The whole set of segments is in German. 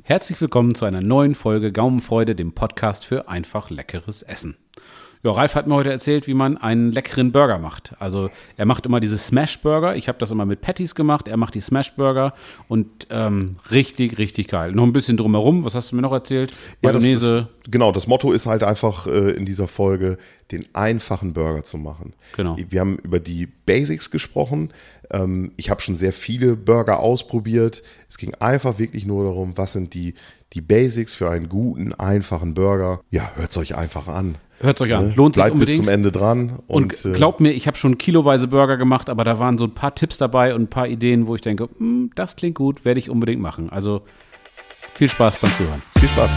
Herzlich willkommen zu einer neuen Folge Gaumenfreude, dem Podcast für einfach leckeres Essen. Ja, Ralf hat mir heute erzählt, wie man einen leckeren Burger macht. Also er macht immer diese Smash-Burger. Ich habe das immer mit Patties gemacht. Er macht die Smash-Burger und richtig, richtig geil. Noch ein bisschen drumherum. Was hast du mir noch erzählt? Mayonnaise. Genau, das Motto ist halt einfach in dieser Folge, den einfachen Burger zu machen. Genau. Wir haben über die Basics gesprochen. Ich habe schon sehr viele Burger ausprobiert. Es ging einfach wirklich nur darum, was sind die Basics für einen guten, einfachen Burger. Ja, hört es euch einfach an. Hört es euch an, lohnt sich Bleibt unbedingt. bis zum Ende dran. Und glaubt mir, ich habe schon kiloweise Burger gemacht, aber da waren so ein paar Tipps dabei und ein paar Ideen, wo ich denke, das klingt gut, werde ich unbedingt machen. Also viel Spaß beim Zuhören. Viel Spaß.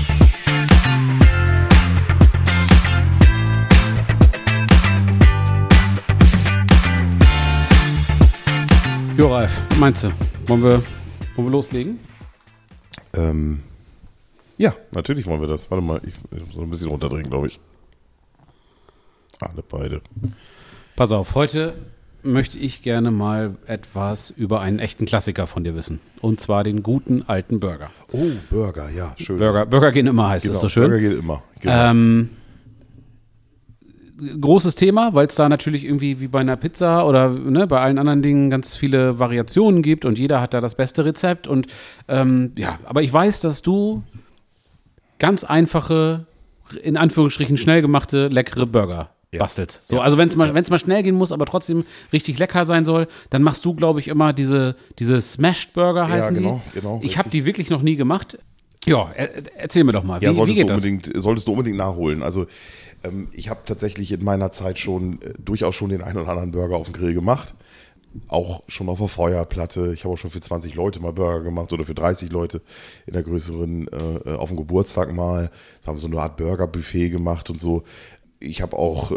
Jo, Ralf, was meinst du? Wollen wir loslegen? Ja, natürlich wollen wir das. Warte mal, ich muss noch ein bisschen runterdrehen, glaube ich. Alle beide. Pass auf, heute möchte ich gerne mal etwas über einen echten Klassiker von dir wissen. Und zwar den guten alten Burger. Oh, Burger, ja, schön. Burger gehen immer, heißt Genau, das so schön. Burger geht immer. Genau. Großes Thema, weil es da natürlich irgendwie wie bei einer Pizza oder bei allen anderen Dingen ganz viele Variationen gibt und jeder hat da das beste Rezept. Und aber ich weiß, dass du ganz einfache, in Anführungsstrichen schnell gemachte, leckere Burger bastelst. So, ja. Also wenn es mal schnell gehen muss, aber trotzdem richtig lecker sein soll, dann machst du, glaube ich, immer diese Smashed Burger heißen genau, die. Genau. Ich habe die wirklich noch nie gemacht. Ja, erzähl mir doch mal, wie geht das? Solltest du unbedingt nachholen. Also ich habe tatsächlich in meiner Zeit durchaus schon den einen oder anderen Burger auf dem Grill gemacht. Auch schon auf der Feuerplatte. Ich habe auch schon für 20 Leute mal Burger gemacht oder für 30 Leute in der größeren, auf dem Geburtstag mal. Da haben wir so eine Art Burger-Buffet gemacht und so. Ich habe auch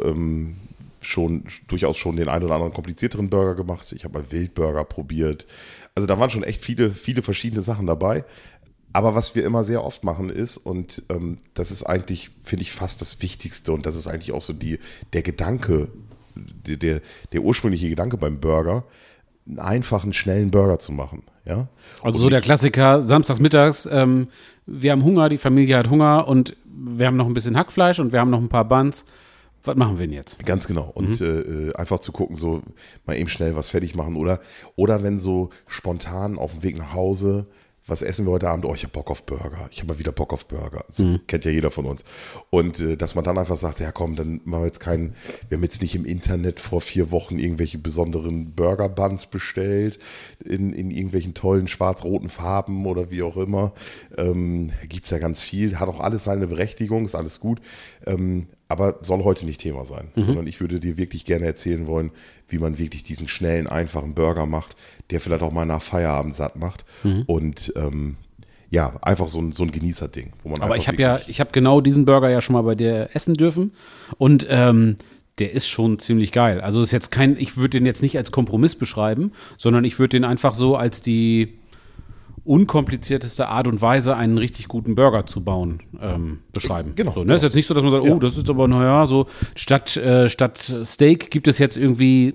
durchaus schon den einen oder anderen komplizierteren Burger gemacht. Ich habe mal Wildburger probiert. Also da waren schon echt viele, viele verschiedene Sachen dabei. Aber was wir immer sehr oft machen ist, und das ist eigentlich, finde ich, fast das Wichtigste und das ist eigentlich auch so der Gedanke, der ursprüngliche Gedanke beim Burger, einen einfachen, schnellen Burger zu machen. Ja? Also so der Klassiker, samstags mittags, wir haben Hunger, die Familie hat Hunger und wir haben noch ein bisschen Hackfleisch und wir haben noch ein paar Buns. Was machen wir denn jetzt? Ganz genau. Und einfach zu gucken, so mal eben schnell was fertig machen oder wenn so spontan auf dem Weg nach Hause, was essen wir heute Abend? Oh, ich habe Bock auf Burger. Ich habe mal wieder Bock auf Burger. So kennt ja jeder von uns. Und dass man dann einfach sagt, ja komm, dann machen wir jetzt wir haben jetzt nicht im Internet vor 4 Wochen irgendwelche besonderen Burger-Buns bestellt, in irgendwelchen tollen schwarz-roten Farben oder wie auch immer. Gibt es ja ganz viel. Hat auch alles seine Berechtigung, ist alles gut. Aber soll heute nicht Thema sein, sondern ich würde dir wirklich gerne erzählen wollen, wie man wirklich diesen schnellen, einfachen Burger macht, der vielleicht auch mal nach Feierabend satt macht und einfach so ein Genießerding. Wo man aber ich habe genau diesen Burger ja schon mal bei dir essen dürfen und der ist schon ziemlich geil. Also ist jetzt ich würde den jetzt nicht als Kompromiss beschreiben, sondern ich würde den einfach so als die unkomplizierteste Art und Weise, einen richtig guten Burger zu bauen, beschreiben. Genau. So, ne? Ist jetzt nicht so, dass man sagt, das ist aber, so statt Steak gibt es jetzt irgendwie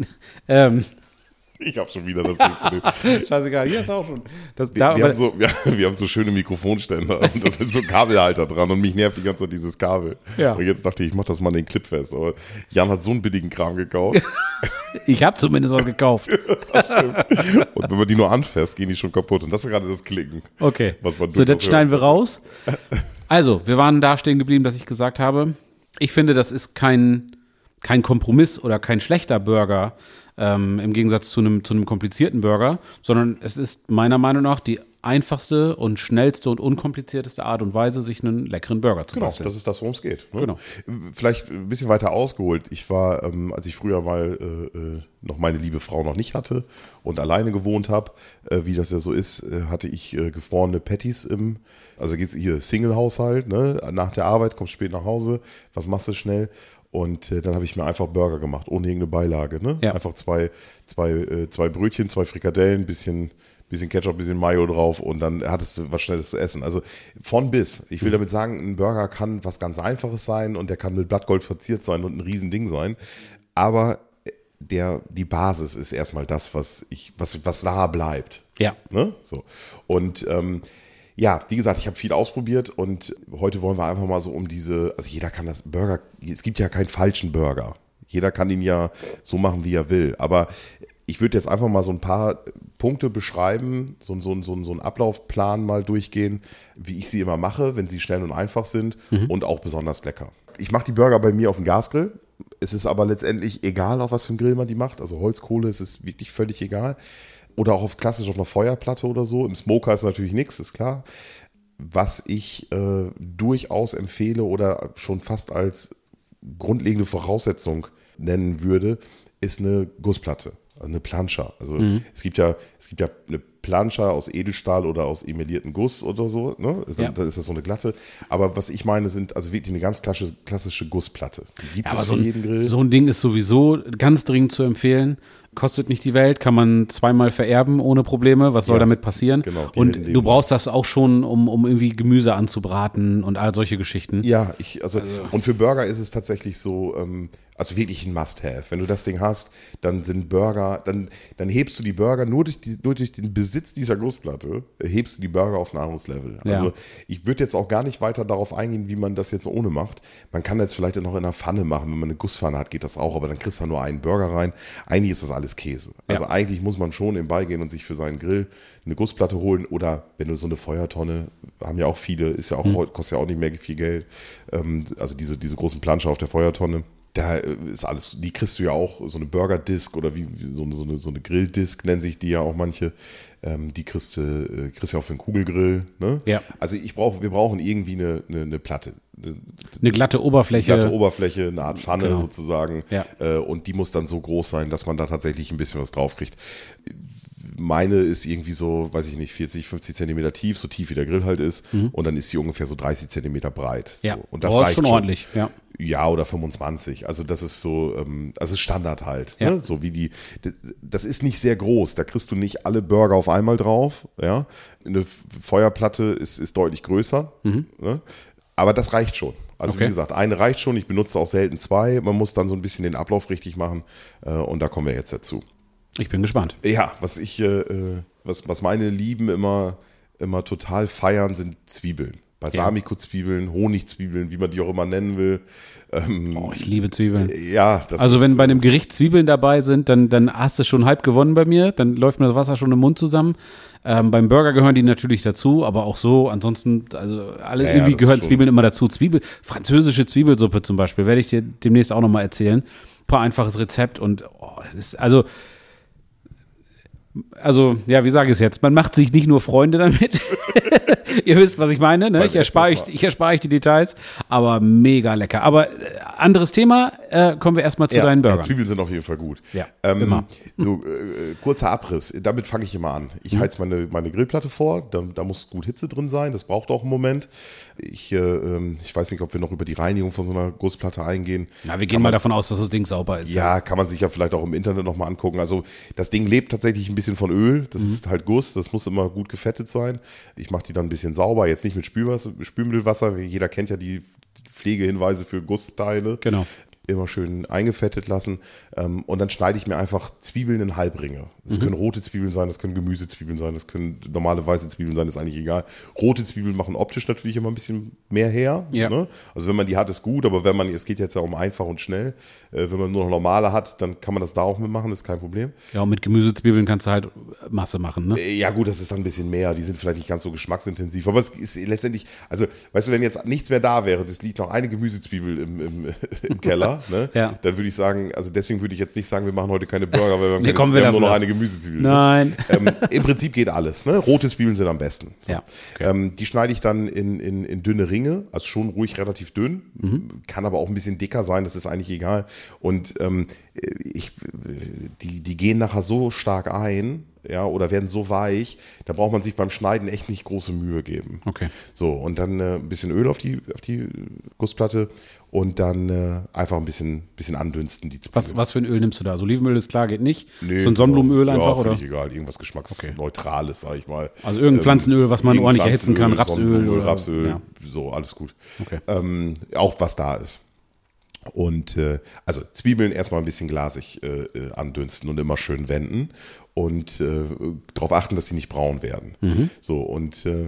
Ich habe schon wieder das Ding von dem. Scheißegal, hier ist auch schon. Wir haben so schöne Mikrofonständer und da sind so Kabelhalter dran und mich nervt die ganze Zeit dieses Kabel. Ja. Und jetzt dachte ich mache das mal den Clip fest. Aber Jan hat so einen billigen Kram gekauft. Ich habe zumindest was gekauft. Das stimmt. Und wenn man die nur anfasst, gehen die schon kaputt. Und das ist gerade das Klicken. Okay, so das schneiden wir raus. Also, wir waren da stehen geblieben, dass ich gesagt habe, ich finde, das ist kein Kompromiss oder kein schlechter Burger, im Gegensatz zu einem komplizierten Burger, sondern es ist meiner Meinung nach die einfachste und schnellste und unkomplizierteste Art und Weise, sich einen leckeren Burger zu basteln. Genau, das ist das, worum es geht. Ne? Genau. Vielleicht ein bisschen weiter ausgeholt. Ich war, als ich früher mal noch meine liebe Frau noch nicht hatte und alleine gewohnt habe, wie das ja so ist, hatte ich gefrorene Patties also geht's hier Single-Haushalt, ne? Nach der Arbeit, kommst spät nach Hause, was machst du schnell? Und dann habe ich mir einfach Burger gemacht, ohne irgendeine Beilage. Ne? Ja. Einfach zwei Brötchen, 2 Frikadellen, bisschen Ketchup, bisschen Mayo drauf und dann hattest du was Schnelles zu essen. Also von bis. Ich will damit sagen, ein Burger kann was ganz Einfaches sein und der kann mit Blattgold verziert sein und ein Riesending sein. Aber die Basis ist erstmal das, was nahe bleibt. Ja. Ne? So. Und Ja, wie gesagt, ich habe viel ausprobiert und heute wollen wir einfach mal so also jeder kann es gibt ja keinen falschen Burger. Jeder kann ihn ja so machen, wie er will. Aber ich würde jetzt einfach mal so ein paar Punkte beschreiben, so einen Ablaufplan mal durchgehen, wie ich sie immer mache, wenn sie schnell und einfach sind und auch besonders lecker. Ich mache die Burger bei mir auf dem Gasgrill. Es ist aber letztendlich egal, auf was für einem Grill man die macht. Also Holzkohle, es ist wirklich völlig egal. Oder auch klassisch auf einer Feuerplatte oder so. Im Smoker ist natürlich nichts, ist klar. Was ich durchaus empfehle oder schon fast als grundlegende Voraussetzung nennen würde, ist eine Gussplatte, also eine Plancha. Also es gibt ja eine Plancha aus Edelstahl oder aus emelierten Guss oder so, ne? Da ist das so eine glatte. Aber was ich meine, sind also wirklich eine ganz klassische Gussplatte. Die gibt es für jeden Grill. So ein Ding ist sowieso ganz dringend zu empfehlen. Kostet nicht die Welt, kann man zweimal vererben ohne Probleme. Was soll damit passieren? Genau, und du brauchst das auch schon, um irgendwie Gemüse anzubraten und all solche Geschichten. Ja, und für Burger ist es tatsächlich so, also wirklich ein Must-have. Wenn du das Ding hast, dann sind Burger, dann hebst du die Burger nur durch den Besitz dieser Gussplatte, hebst du die Burger auf ein anderes Level. Also ich würde jetzt auch gar nicht weiter darauf eingehen, wie man das jetzt ohne macht. Man kann das vielleicht noch in einer Pfanne machen. Wenn man eine Gusspfanne hat, geht das auch, aber dann kriegst du da nur einen Burger rein. Eigentlich ist das alles Käse. Also eigentlich muss man schon im Beigehen und sich für seinen Grill eine Gussplatte holen oder wenn du so eine Feuertonne, haben ja auch viele, ist ja auch kostet ja auch nicht mehr viel Geld. Also diese großen Plancher auf der Feuertonne. Da ist alles, die kriegst du ja auch, so eine Burger-Disc oder wie so eine Grill-Disc nennen sich die ja auch manche. Die kriegst du ja auch für einen Kugelgrill. Ne? Ja. Also wir brauchen irgendwie eine Platte. Eine glatte Oberfläche. Eine Art Pfanne sozusagen. Ja. Und die muss dann so groß sein, dass man da tatsächlich ein bisschen was drauf kriegt. Meine ist irgendwie so, weiß ich nicht, 40, 50 Zentimeter tief, so tief wie der Grill halt ist. Und dann ist sie ungefähr so 30 Zentimeter breit. Ja, so. Und das reicht schon ordentlich. Ja. Ja, oder 25. Also das ist so, also Standard halt. Ja. Ne? So wie das ist nicht sehr groß. Da kriegst du nicht alle Burger auf einmal drauf. Ja, eine Feuerplatte ist deutlich größer. Ne? Aber das reicht schon. Also wie gesagt, eine reicht schon. Ich benutze auch selten zwei. Man muss dann so ein bisschen den Ablauf richtig machen. Und da kommen wir jetzt dazu. Ich bin gespannt. Ja, was meine Lieben immer total feiern, sind Zwiebeln. Balsamico-Zwiebeln, Honigzwiebeln, wie man die auch immer nennen will. Ich liebe Zwiebeln. Ja, also wenn bei einem Gericht Zwiebeln dabei sind, dann hast du schon halb gewonnen bei mir. Dann läuft mir das Wasser schon im Mund zusammen. Beim Burger gehören die natürlich dazu, aber auch so. Ansonsten, also irgendwie gehören Zwiebeln immer dazu. Französische Zwiebelsuppe zum Beispiel, werde ich dir demnächst auch nochmal erzählen. Paar einfaches Rezept und das ist also ja, wie sage ich es jetzt? Man macht sich nicht nur Freunde damit. Ihr wisst, was ich meine. Ne? Ich erspare euch die Details, aber mega lecker. Aber anderes Thema, kommen wir erstmal zu deinen Burgern. Zwiebeln sind auf jeden Fall gut. Ja, immer. So, kurzer Abriss, damit fange ich immer an. Ich heiz meine Grillplatte vor, da muss gut Hitze drin sein, das braucht auch einen Moment. Ich weiß nicht, ob wir noch über die Reinigung von so einer Gussplatte eingehen. Na, wir gehen mal davon aus, dass das Ding sauber ist. Ja, kann man sich ja vielleicht auch im Internet nochmal angucken. Also das Ding lebt tatsächlich ein bisschen von Öl, das ist halt Guss, das muss immer gut gefettet sein. Ich mache die dann ein bisschen sauber, jetzt nicht mit Spülmittelwasser, jeder kennt ja die Pflegehinweise für Gussteile. Genau. Immer schön eingefettet lassen und dann schneide ich mir einfach Zwiebeln in Halbringe. Das können rote Zwiebeln sein, das können Gemüsezwiebeln sein, das können normale weiße Zwiebeln sein, ist eigentlich egal. Rote Zwiebeln machen optisch natürlich immer ein bisschen mehr her. Ja. Ne? Also wenn man die hat, ist gut, aber es geht jetzt ja um einfach und schnell. Wenn man nur noch normale hat, dann kann man das da auch mitmachen, ist kein Problem. Ja, und mit Gemüsezwiebeln kannst du halt Masse machen, ne? Ja gut, das ist dann ein bisschen mehr, die sind vielleicht nicht ganz so geschmacksintensiv, aber es ist letztendlich, also weißt du, wenn jetzt nichts mehr da wäre, es liegt noch eine Gemüsezwiebel im Keller, ne? Ja. Dann würde ich sagen, also deswegen würde ich jetzt nicht sagen, wir machen heute keine Burger, weil wir haben nur noch eine Gemüsezwiebel. Nein. Im Prinzip geht alles, ne? Rote Zwiebeln sind am besten. So. Ja, okay. Die schneide ich dann in dünne Ringe, also schon ruhig relativ dünn, kann aber auch ein bisschen dicker sein, das ist eigentlich egal. Und die gehen nachher so stark ein, ja, oder werden so weich, da braucht man sich beim Schneiden echt nicht große Mühe geben. Okay. So, und dann ein bisschen Öl auf die Gussplatte und dann einfach ein bisschen andünsten die Zwiebeln. Was für ein Öl nimmst du da? Also Olivenöl ist klar, geht nicht. Nee, so ein Sonnenblumenöl einfach, oder? Ja, egal, irgendwas Geschmacksneutrales, sag ich mal. Also irgendein Pflanzenöl, was man ordentlich erhitzen kann, Rapsöl oder Rapsöl, ja. So, alles gut. Okay. Auch was da ist. Und also Zwiebeln erstmal ein bisschen glasig andünsten und immer schön wenden und darauf achten, dass sie nicht braun werden. So, und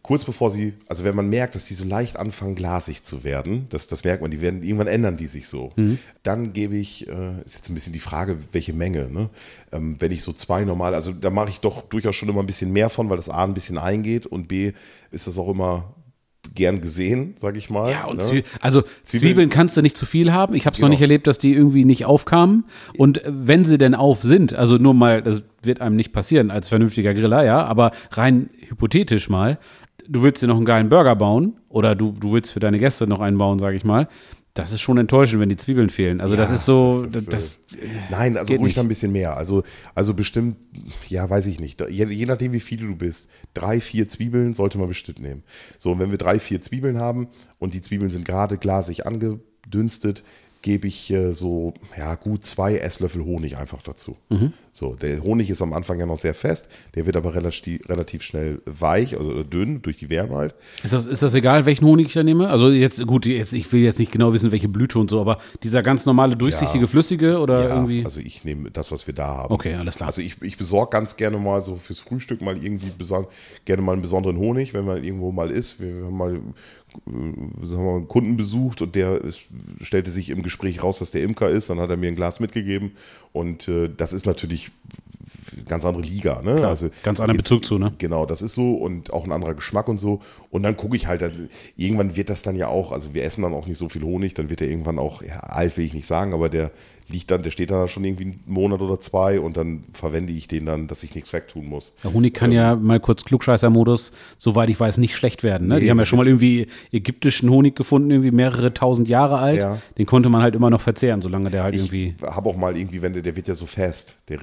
kurz bevor also wenn man merkt, dass die so leicht anfangen, glasig zu werden, das merkt man, irgendwann ändern die sich so. Dann gebe ich, ist jetzt ein bisschen die Frage, welche Menge, ne? Wenn ich so 2 normal, also da mache ich doch durchaus schon immer ein bisschen mehr von, weil das A ein bisschen eingeht und B ist das auch immer gern gesehen, sag ich mal. Ja, und ne? Zwiebeln kannst du nicht zu viel haben. Ich habe es noch nicht erlebt, dass die irgendwie nicht aufkamen. Und wenn sie denn auf sind, also nur mal, das wird einem nicht passieren als vernünftiger Griller, ja, aber rein hypothetisch mal, du willst dir noch einen geilen Burger bauen oder du willst für deine Gäste noch einen bauen, sag ich mal. Das ist schon enttäuschend, wenn die Zwiebeln fehlen. Also das ist so, nein, also ruhig nicht. ein bisschen mehr. Also bestimmt, ja, weiß ich nicht. Je nachdem, wie viele du bist. 3, 4 Zwiebeln sollte man bestimmt nehmen. So, und wenn wir 3, 4 Zwiebeln haben und die Zwiebeln sind gerade glasig angedünstet, gebe ich gut 2 Esslöffel Honig einfach dazu. So, der Honig ist am Anfang ja noch sehr fest, der wird aber relativ schnell weich, also dünn durch die Wärme halt. Ist das egal, welchen Honig ich da nehme? Also ich will jetzt nicht genau wissen, welche Blüte und so, aber dieser ganz normale, durchsichtige, flüssige oder irgendwie? Also ich nehme das, was wir da haben. Okay, alles klar. Also ich besorge ganz gerne mal so fürs Frühstück mal irgendwie gerne mal einen besonderen Honig, wenn man irgendwo mal ist. Wir haben mal einen Kunden besucht und der stellte sich im Gespräch raus, dass der Imker ist. Dann hat er mir ein Glas mitgegeben und das ist natürlich ganz andere Liga. Ne? Klar, also ganz anderen Bezug zu, ne? Genau, das ist so und auch ein anderer Geschmack und so. Und dann gucke ich halt, irgendwann wird das dann ja auch, also wir essen dann auch nicht so viel Honig, dann wird der irgendwann auch, alt will ich nicht sagen, aber der steht dann schon irgendwie einen Monat oder 2 und dann verwende ich den dann, dass ich nichts wegtun muss. Der Honig kann ja mal kurz Klugscheißer-Modus, soweit ich weiß, nicht schlecht werden. Ne? Die haben ja schon mal irgendwie ägyptischen Honig gefunden, irgendwie mehrere 1000 Jahre alt. Ja. Den konnte man halt immer noch verzehren, solange der halt irgendwie. Ich habe auch mal irgendwie, der wird ja so fest, der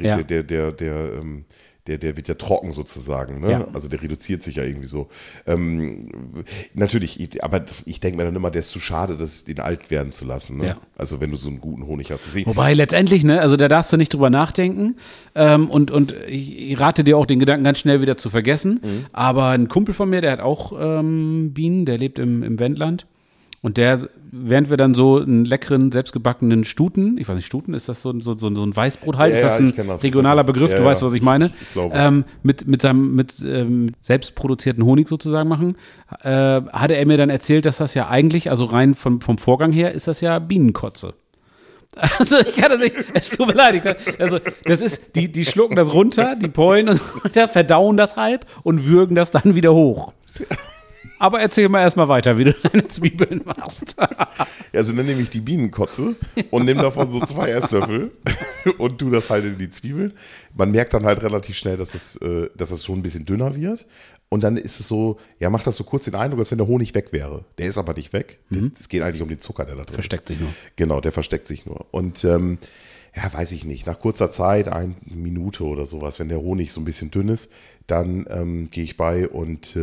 wird ja trocken sozusagen, ne? Ja. Also der reduziert sich ja irgendwie so. Natürlich, aber ich denke mir dann immer, der ist zu schade, den alt werden zu lassen. Ne? Ja. Also wenn du so einen guten Honig hast. Deswegen, wobei letztendlich, ne, also da darfst du nicht drüber nachdenken und ich rate dir auch, den Gedanken ganz schnell wieder zu vergessen. Aber ein Kumpel von mir, der hat auch Bienen, der lebt im Wendland. Und während wir dann so einen leckeren, selbstgebackenen Stuten, ich weiß nicht, Stuten, ist das so ein Weißbrot halt? Ist das ein regionaler Begriff? Du weißt, was ich meine? Ich glaube. Mit seinem selbstproduzierten Honig sozusagen machen, hatte er mir dann erzählt, dass das ja eigentlich, also rein vom Vorgang her, ist das ja Bienenkotze. Also ich kann das nicht, es tut mir leid, also das ist, die schlucken das runter, die Pollen und so weiter, verdauen das halb und würgen das dann wieder hoch. Aber erzähl mal erstmal weiter, wie du deine Zwiebeln machst. Also dann nehme ich die Bienenkotze und nehme davon so 2 Esslöffel und tue das halt in die Zwiebeln. Man merkt dann halt relativ schnell, dass es schon ein bisschen dünner wird. Und dann ist es so, macht das so kurz den Eindruck, als wenn der Honig weg wäre. Der ist aber nicht weg. Es geht eigentlich um den Zucker, der da drin versteckt sich nur. Genau, der versteckt sich nur. Und weiß ich nicht, nach kurzer Zeit, 1 Minute oder sowas, wenn der Honig so ein bisschen dünn ist, dann gehe ich bei und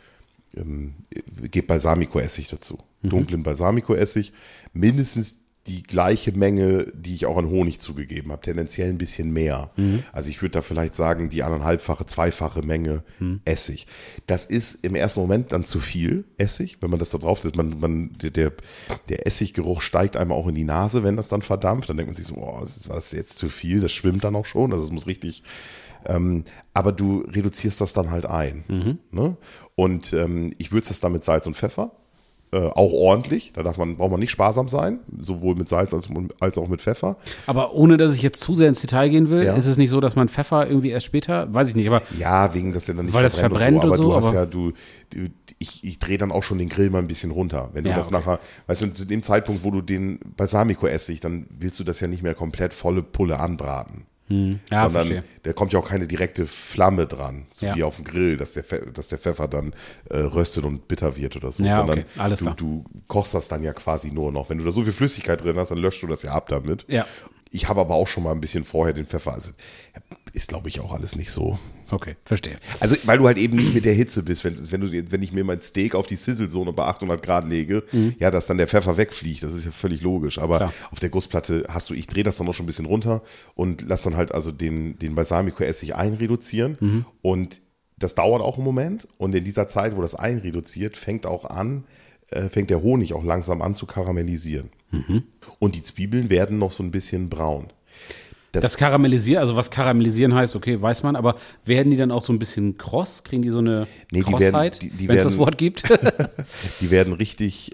gebe Balsamico-Essig dazu. Dunklen Balsamico-Essig, mindestens die gleiche Menge, die ich auch an Honig zugegeben habe, tendenziell ein bisschen mehr. Also ich würde da vielleicht sagen, die 1,5-fache, 2-fache Menge Essig. Das ist im ersten Moment dann zu viel Essig, wenn man das da drauf ist. Der Essiggeruch steigt einem auch in die Nase, wenn das dann verdampft. Dann denkt man sich so, das ist jetzt zu viel, das schwimmt dann auch schon, also es muss richtig. Aber du reduzierst das dann halt ein. Ne? Und ich würze das dann mit Salz und Pfeffer. Auch ordentlich, da braucht man nicht sparsam sein, sowohl mit Salz als auch mit Pfeffer. Aber ohne, dass ich jetzt zu sehr ins Detail gehen will, ist es nicht so, dass man Pfeffer irgendwie erst später, weiß ich nicht, aber. Ja, wegen, dass der dann nicht weil das verbrennt und so. Aber du hast ich drehe dann auch schon den Grill mal ein bisschen runter. Wenn du das nachher, weißt du, zu dem Zeitpunkt, wo du den Balsamico-Essig, dann willst du das ja nicht mehr komplett volle Pulle anbraten. Ja, sondern verstehe. da kommt ja auch keine direkte Flamme dran, so wie auf dem Grill, dass der Pfeffer dann röstet und bitter wird oder so, sondern alles klar. Du kochst das dann ja quasi nur noch. Wenn du da so viel Flüssigkeit drin hast, dann löscht du das ja ab damit. Ja. Ich habe aber auch schon mal ein bisschen vorher den Pfeffer, also ist glaube ich auch alles nicht so. Okay, verstehe. Also, weil du halt eben nicht mit der Hitze bist, wenn ich mir mein Steak auf die Sizzle-Zone bei 800 Grad lege, dass dann der Pfeffer wegfliegt, das ist ja völlig logisch. Aber klar, auf der Gussplatte ich drehe das dann noch schon ein bisschen runter und lass dann halt also den Balsamico-Essig einreduzieren. Und das dauert auch einen Moment. Und in dieser Zeit, wo das einreduziert, fängt der Honig auch langsam an zu karamellisieren. Und die Zwiebeln werden noch so ein bisschen braun. Das Karamellisieren, also was karamellisieren heißt, okay, weiß man, aber werden die dann auch so ein bisschen kross? Kriegen die so eine Krossheit, wenn es das Wort gibt? Die werden richtig,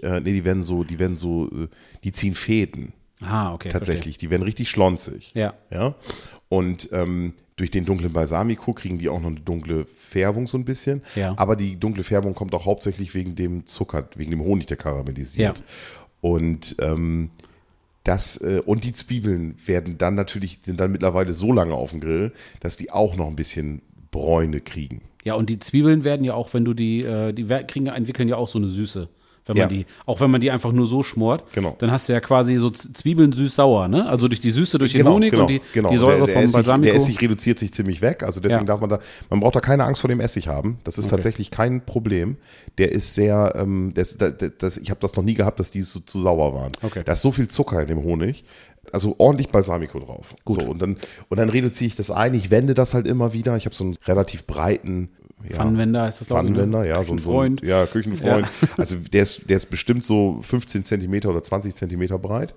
die ziehen Fäden. Ah, okay. Tatsächlich, die werden richtig schlonzig. Ja. Und durch den dunklen Balsamico kriegen die auch noch eine dunkle Färbung so ein bisschen. Ja. Aber die dunkle Färbung kommt auch hauptsächlich wegen dem Zucker, wegen dem Honig, der karamellisiert. Ja. Und und die Zwiebeln sind dann mittlerweile so lange auf dem Grill, dass die auch noch ein bisschen Bräune kriegen. Ja, und die Zwiebeln werden ja auch, wenn du entwickeln ja auch so eine Süße. Wenn man wenn man die einfach nur so schmort, genau. Dann hast du ja quasi so Zwiebeln süß-sauer, ne? Also durch die Süße, durch den Honig und die Säure vom Balsamico. Der Essig reduziert sich ziemlich weg, also deswegen man braucht da keine Angst vor dem Essig haben. Das ist tatsächlich kein Problem. Der ist sehr, ich habe das noch nie gehabt, dass die so zu sauer waren. Okay. Da ist so viel Zucker in dem Honig. Also ordentlich Balsamico drauf. Gut. So, und dann reduziere ich das ein. Ich wende das halt immer wieder. Ich habe so einen relativ breiten Pfannenwender heißt das, glaube ich. Pfannenwender, ja. Küchenfreund. Küchenfreund. Ja. Also der ist bestimmt so 15 Zentimeter oder 20 Zentimeter breit.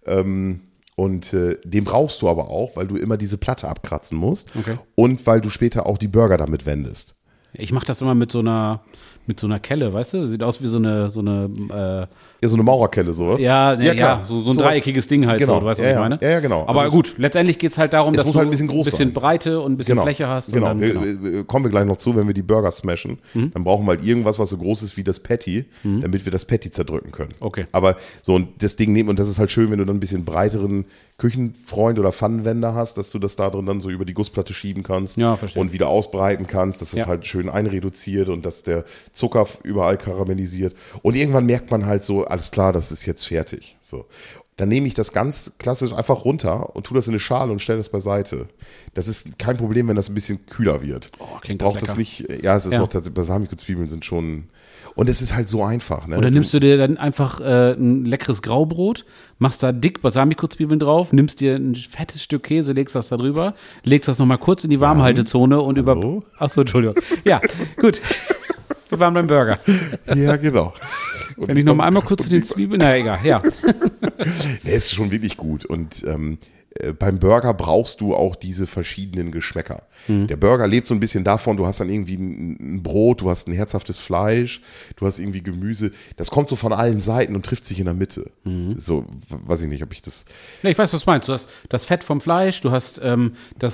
Und den brauchst du aber auch, weil du immer diese Platte abkratzen musst. Okay. Und weil du später auch die Burger damit wendest. Ich mache das immer mit so einer Kelle, weißt du? Sieht aus wie so eine so eine Maurerkelle, sowas. Ja, so ein dreieckiges Ding halt, genau. so, du weißt, was ich meine? Ja, genau. Aber also gut, letztendlich geht es halt darum, dass du halt ein bisschen Breite und ein bisschen Fläche hast. Genau, und dann, kommen wir gleich noch zu, wenn wir die Burger smashen, dann brauchen wir halt irgendwas, was so groß ist wie das Patty, damit wir das Patty zerdrücken können. Okay. Aber so und das Ding nehmen, und das ist halt schön, wenn du dann ein bisschen breiteren Küchenfreund oder Pfannenwender hast, dass du das da drin dann so über die Gussplatte schieben kannst und wieder ausbreiten kannst, dass es halt schön einreduziert und dass der Zucker überall karamellisiert. Und irgendwann merkt man halt so, alles klar, das ist jetzt fertig. So. Dann nehme ich das ganz klassisch einfach runter und tue das in eine Schale und stelle das beiseite. Das ist kein Problem, wenn das ein bisschen kühler wird. Oh, klingt braucht das das nicht. Ja, es ist auch, Balsamico-Zwiebeln sind schon. Und es ist halt so einfach. Ne? Und dann nimmst du dir dann einfach ein leckeres Graubrot, machst da dick Balsamico-Zwiebeln drauf, nimmst dir ein fettes Stück Käse, legst das da drüber, legst das nochmal kurz in die Warmhaltezone und Achso, Entschuldigung. Ja, gut. Wir waren beim Burger. Ja, genau. Und wenn ich noch mal einmal kurz zu den Zwiebeln, na egal, ja. Der ist schon wirklich gut und beim Burger brauchst du auch diese verschiedenen Geschmäcker. Der Burger lebt so ein bisschen davon, du hast dann irgendwie ein Brot, du hast ein herzhaftes Fleisch, du hast irgendwie Gemüse. Das kommt so von allen Seiten und trifft sich in der Mitte. So, weiß ich nicht, ob ich das... Nee, ich weiß, was du meinst. Du hast das Fett vom Fleisch, du hast du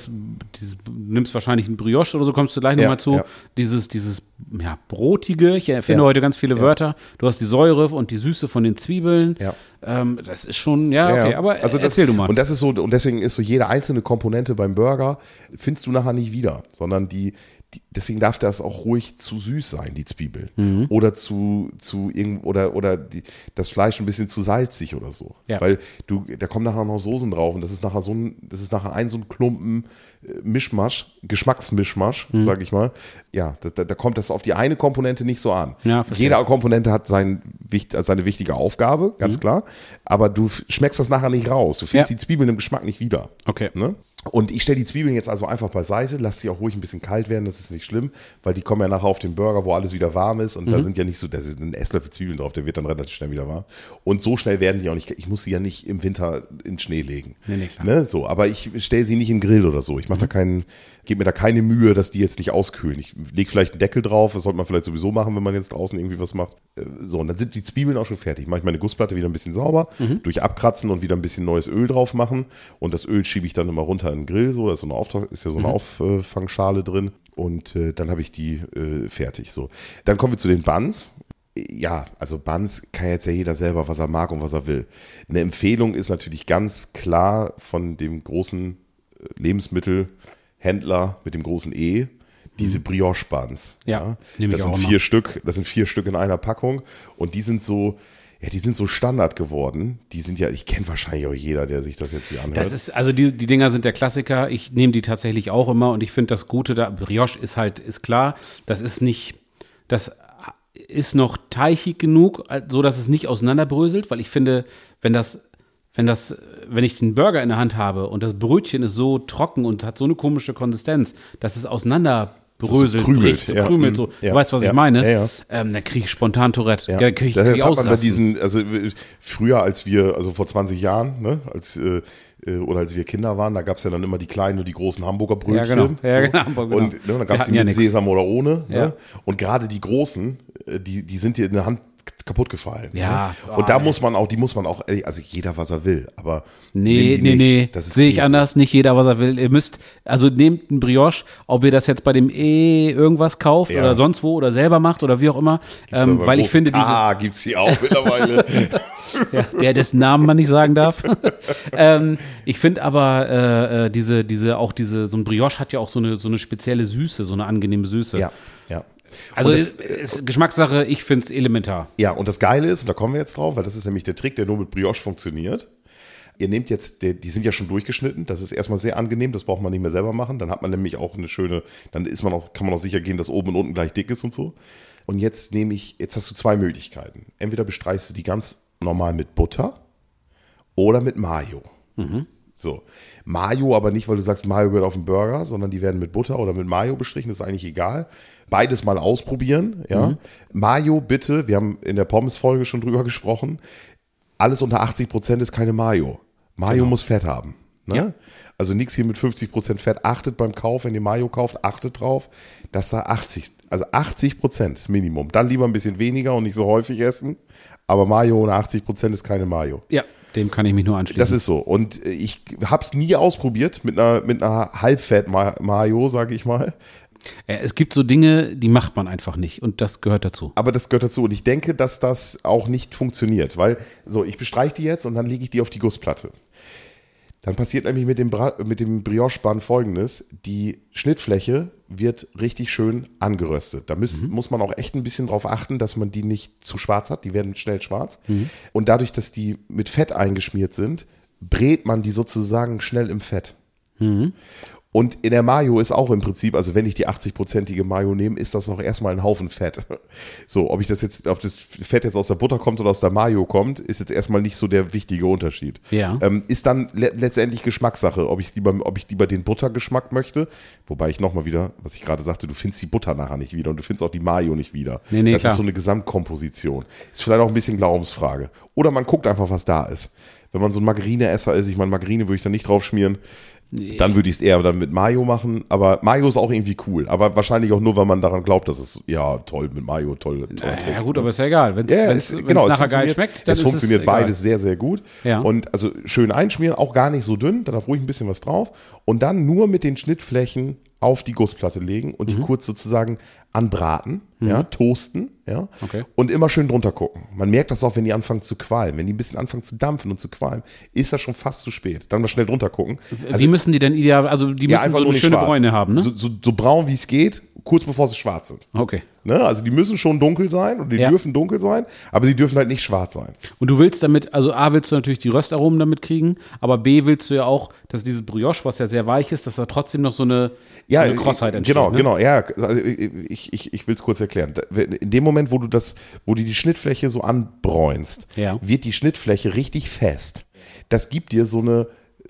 nimmst wahrscheinlich ein Brioche oder so, kommst du gleich nochmal zu. Ja. Dieses Brotige, ich erfinde heute ganz viele Wörter. Du hast die Säure und die Süße von den Zwiebeln. Ja. Das ist schon, okay, aber also erzähl du mal. Und das ist so, und deswegen ist so jede einzelne Komponente beim Burger, findest du nachher nicht wieder, sondern deswegen darf das auch ruhig zu süß sein, die Zwiebel. Oder das Fleisch ein bisschen zu salzig oder so. Ja. Weil da kommen nachher noch Soßen drauf und das ist nachher so ein Klumpen Geschmacksmischmasch, sag ich mal. Ja, da kommt das auf die eine Komponente nicht so an. Ja, jede Komponente hat seine wichtige Aufgabe, ganz klar. Aber du schmeckst das nachher nicht raus. Du findest die Zwiebeln im Geschmack nicht wieder. Okay. Ne? Und ich stelle die Zwiebeln jetzt also einfach beiseite, lasse sie auch ruhig ein bisschen kalt werden, das ist nicht schlimm, weil die kommen ja nachher auf den Burger, wo alles wieder warm ist und da sind ja nicht so, da sind ein Esslöffel Zwiebeln drauf, der wird dann relativ schnell wieder warm. Und so schnell werden die auch nicht, ich muss sie ja nicht im Winter in Schnee legen. Nee, klar. Ne? So, aber ich stelle sie nicht in den Grill oder so. Ich mache gebe mir da keine Mühe, dass die jetzt nicht auskühlen. Ich lege vielleicht einen Deckel drauf, das sollte man vielleicht sowieso machen, wenn man jetzt draußen irgendwie was macht. So, und dann sind die Zwiebeln auch schon fertig. Mache ich meine Gussplatte wieder ein bisschen sauber, durch Abkratzen und wieder ein bisschen neues Öl drauf machen. Und das Öl schiebe ich dann immer runter in den Grill, so, da ist ja so eine Auffangschale drin. Und dann habe ich die fertig. So. Dann kommen wir zu den Buns. Ja, also Buns kann jetzt ja jeder selber, was er mag und was er will. Eine Empfehlung ist natürlich ganz klar von dem großen Lebensmittelhändler mit dem großen E, diese Brioche-Buns. Ja, das sind 4 Stück. Das sind 4 Stück in einer Packung und die sind so Standard geworden. Die sind ich kenne wahrscheinlich auch jeder, der sich das jetzt hier anhört. Das ist, also die Dinger sind der Klassiker. Ich nehme die tatsächlich auch immer und ich finde das Gute da, Brioche ist klar, das ist noch teichig genug, so dass es nicht auseinanderbröselt, weil ich finde, wenn ich den Burger in der Hand habe und das Brötchen ist so trocken und hat so eine komische Konsistenz, dass es bröselt, bricht, so krümelt, so. Du weißt, was ich meine? Dann kriege ich spontan Tourette. Ja. Das hat man bei diesen, also früher, als wir, also vor 20 Jahren, ne, als wir Kinder waren, da gab es ja dann immer die kleinen und die großen Hamburger Brötchen. Ja, genau. Und ne, dann gab es die mit Sesam oder ohne. Ja. Ne? Und gerade die großen, die sind dir in der Hand kaputt gefallen. Ja. Ne? Und die muss man auch, also jeder, was er will, aber nee, sehe ich anders, nicht jeder, was er will. Ihr müsst, also nehmt einen Brioche, ob ihr das jetzt bei dem irgendwas kauft oder sonst wo oder selber macht oder wie auch immer, weil ich finde gibt's die auch mittlerweile. Ja, dessen Namen man nicht sagen darf. Ich finde aber so ein Brioche hat ja auch so eine spezielle Süße, so eine angenehme Süße. Ja. Also ist Geschmackssache, ich finde es elementar. Ja, und das Geile ist, und da kommen wir jetzt drauf, weil das ist nämlich der Trick, der nur mit Brioche funktioniert. Ihr nehmt jetzt, die sind ja schon durchgeschnitten, das ist erstmal sehr angenehm, das braucht man nicht mehr selber machen. Dann hat man nämlich auch eine schöne, kann man auch sicher gehen, dass oben und unten gleich dick ist und so. Und jetzt hast du zwei Möglichkeiten. Entweder bestreichst du die ganz normal mit Butter oder mit Mayo. So. Mayo aber nicht, weil du sagst, Mayo gehört auf den Burger, sondern die werden mit Butter oder mit Mayo bestrichen, das ist eigentlich egal. Beides mal ausprobieren, ja. Mayo bitte, wir haben in der Pommes-Folge schon drüber gesprochen, alles unter 80% ist keine Mayo. Mayo muss Fett haben. Ne? Ja. Also nichts hier mit 50% Fett. Achtet beim Kauf, wenn ihr Mayo kauft, achtet drauf, dass da 80% ist Minimum. Dann lieber ein bisschen weniger und nicht so häufig essen. Aber Mayo ohne 80% ist keine Mayo. Ja, dem kann ich mich nur anschließen. Das ist so. Und ich habe es nie ausprobiert mit einer Halbfett-Mayo, sage ich mal. Es gibt so Dinge, die macht man einfach nicht und das gehört dazu. Aber das gehört dazu und ich denke, dass das auch nicht funktioniert, weil ich bestreiche die jetzt und dann lege ich die auf die Gussplatte. Dann passiert nämlich mit dem Brioche-Bun Folgendes: Die Schnittfläche wird richtig schön angeröstet. Da muss man auch echt ein bisschen drauf achten, dass man die nicht zu schwarz hat. Die werden schnell schwarz. Und dadurch, dass die mit Fett eingeschmiert sind, brät man die sozusagen schnell im Fett. Und in der Mayo ist auch im Prinzip, also wenn ich die 80%ige Mayo nehme, ist das noch erstmal ein Haufen Fett. So, ob das Fett jetzt aus der Butter kommt oder aus der Mayo kommt, ist jetzt erstmal nicht so der wichtige Unterschied. Ja. Ist dann letztendlich Geschmackssache, ob ich lieber den Buttergeschmack möchte, wobei ich nochmal wieder, was ich gerade sagte, du findest die Butter nachher nicht wieder und du findest auch die Mayo nicht wieder. Nee, das klar. ist so eine Gesamtkomposition. Ist vielleicht auch ein bisschen Glaubensfrage. Oder man guckt einfach, was da ist. Wenn man so ein Margarine-Esser ist, ich meine, Margarine würde ich dann nicht drauf schmieren. Nee. Dann würde ich es eher dann mit Mayo machen, aber Mayo ist auch irgendwie cool, aber wahrscheinlich auch nur, weil man daran glaubt, dass es, ja, toll mit Mayo, toll. Ja gut, aber ist ja egal, wenn es nachher geil schmeckt, dann es funktioniert beides sehr, sehr gut. Ja. Und also schön einschmieren, auch gar nicht so dünn, da darf ruhig ein bisschen was drauf und dann nur mit den Schnittflächen auf die Gussplatte legen und die kurz sozusagen anbraten, ja, toasten, ja, und immer schön drunter gucken. Man merkt das auch, wenn die anfangen zu qualmen. Wenn die ein bisschen anfangen zu dampfen und zu qualmen, ist das schon fast zu spät. Dann mal schnell drunter gucken. Also, wie müssen die denn ideal, also die müssen so eine schöne schwarz. Bräune haben, ne? So braun wie es geht, kurz bevor sie schwarz sind. Okay. Ne? Also die müssen schon dunkel sein und die dürfen dunkel sein, aber sie dürfen halt nicht schwarz sein. Und du willst damit, also A, willst du natürlich die Röstaromen damit kriegen, aber B, willst du ja auch, dass dieses Brioche, was ja sehr weich ist, dass da trotzdem noch so eine Krossheit entsteht. Genau, ja. Also ich will es kurz erklären. In dem Moment, wo du die Schnittfläche so anbräunst, wird die Schnittfläche richtig fest. Das gibt dir so eine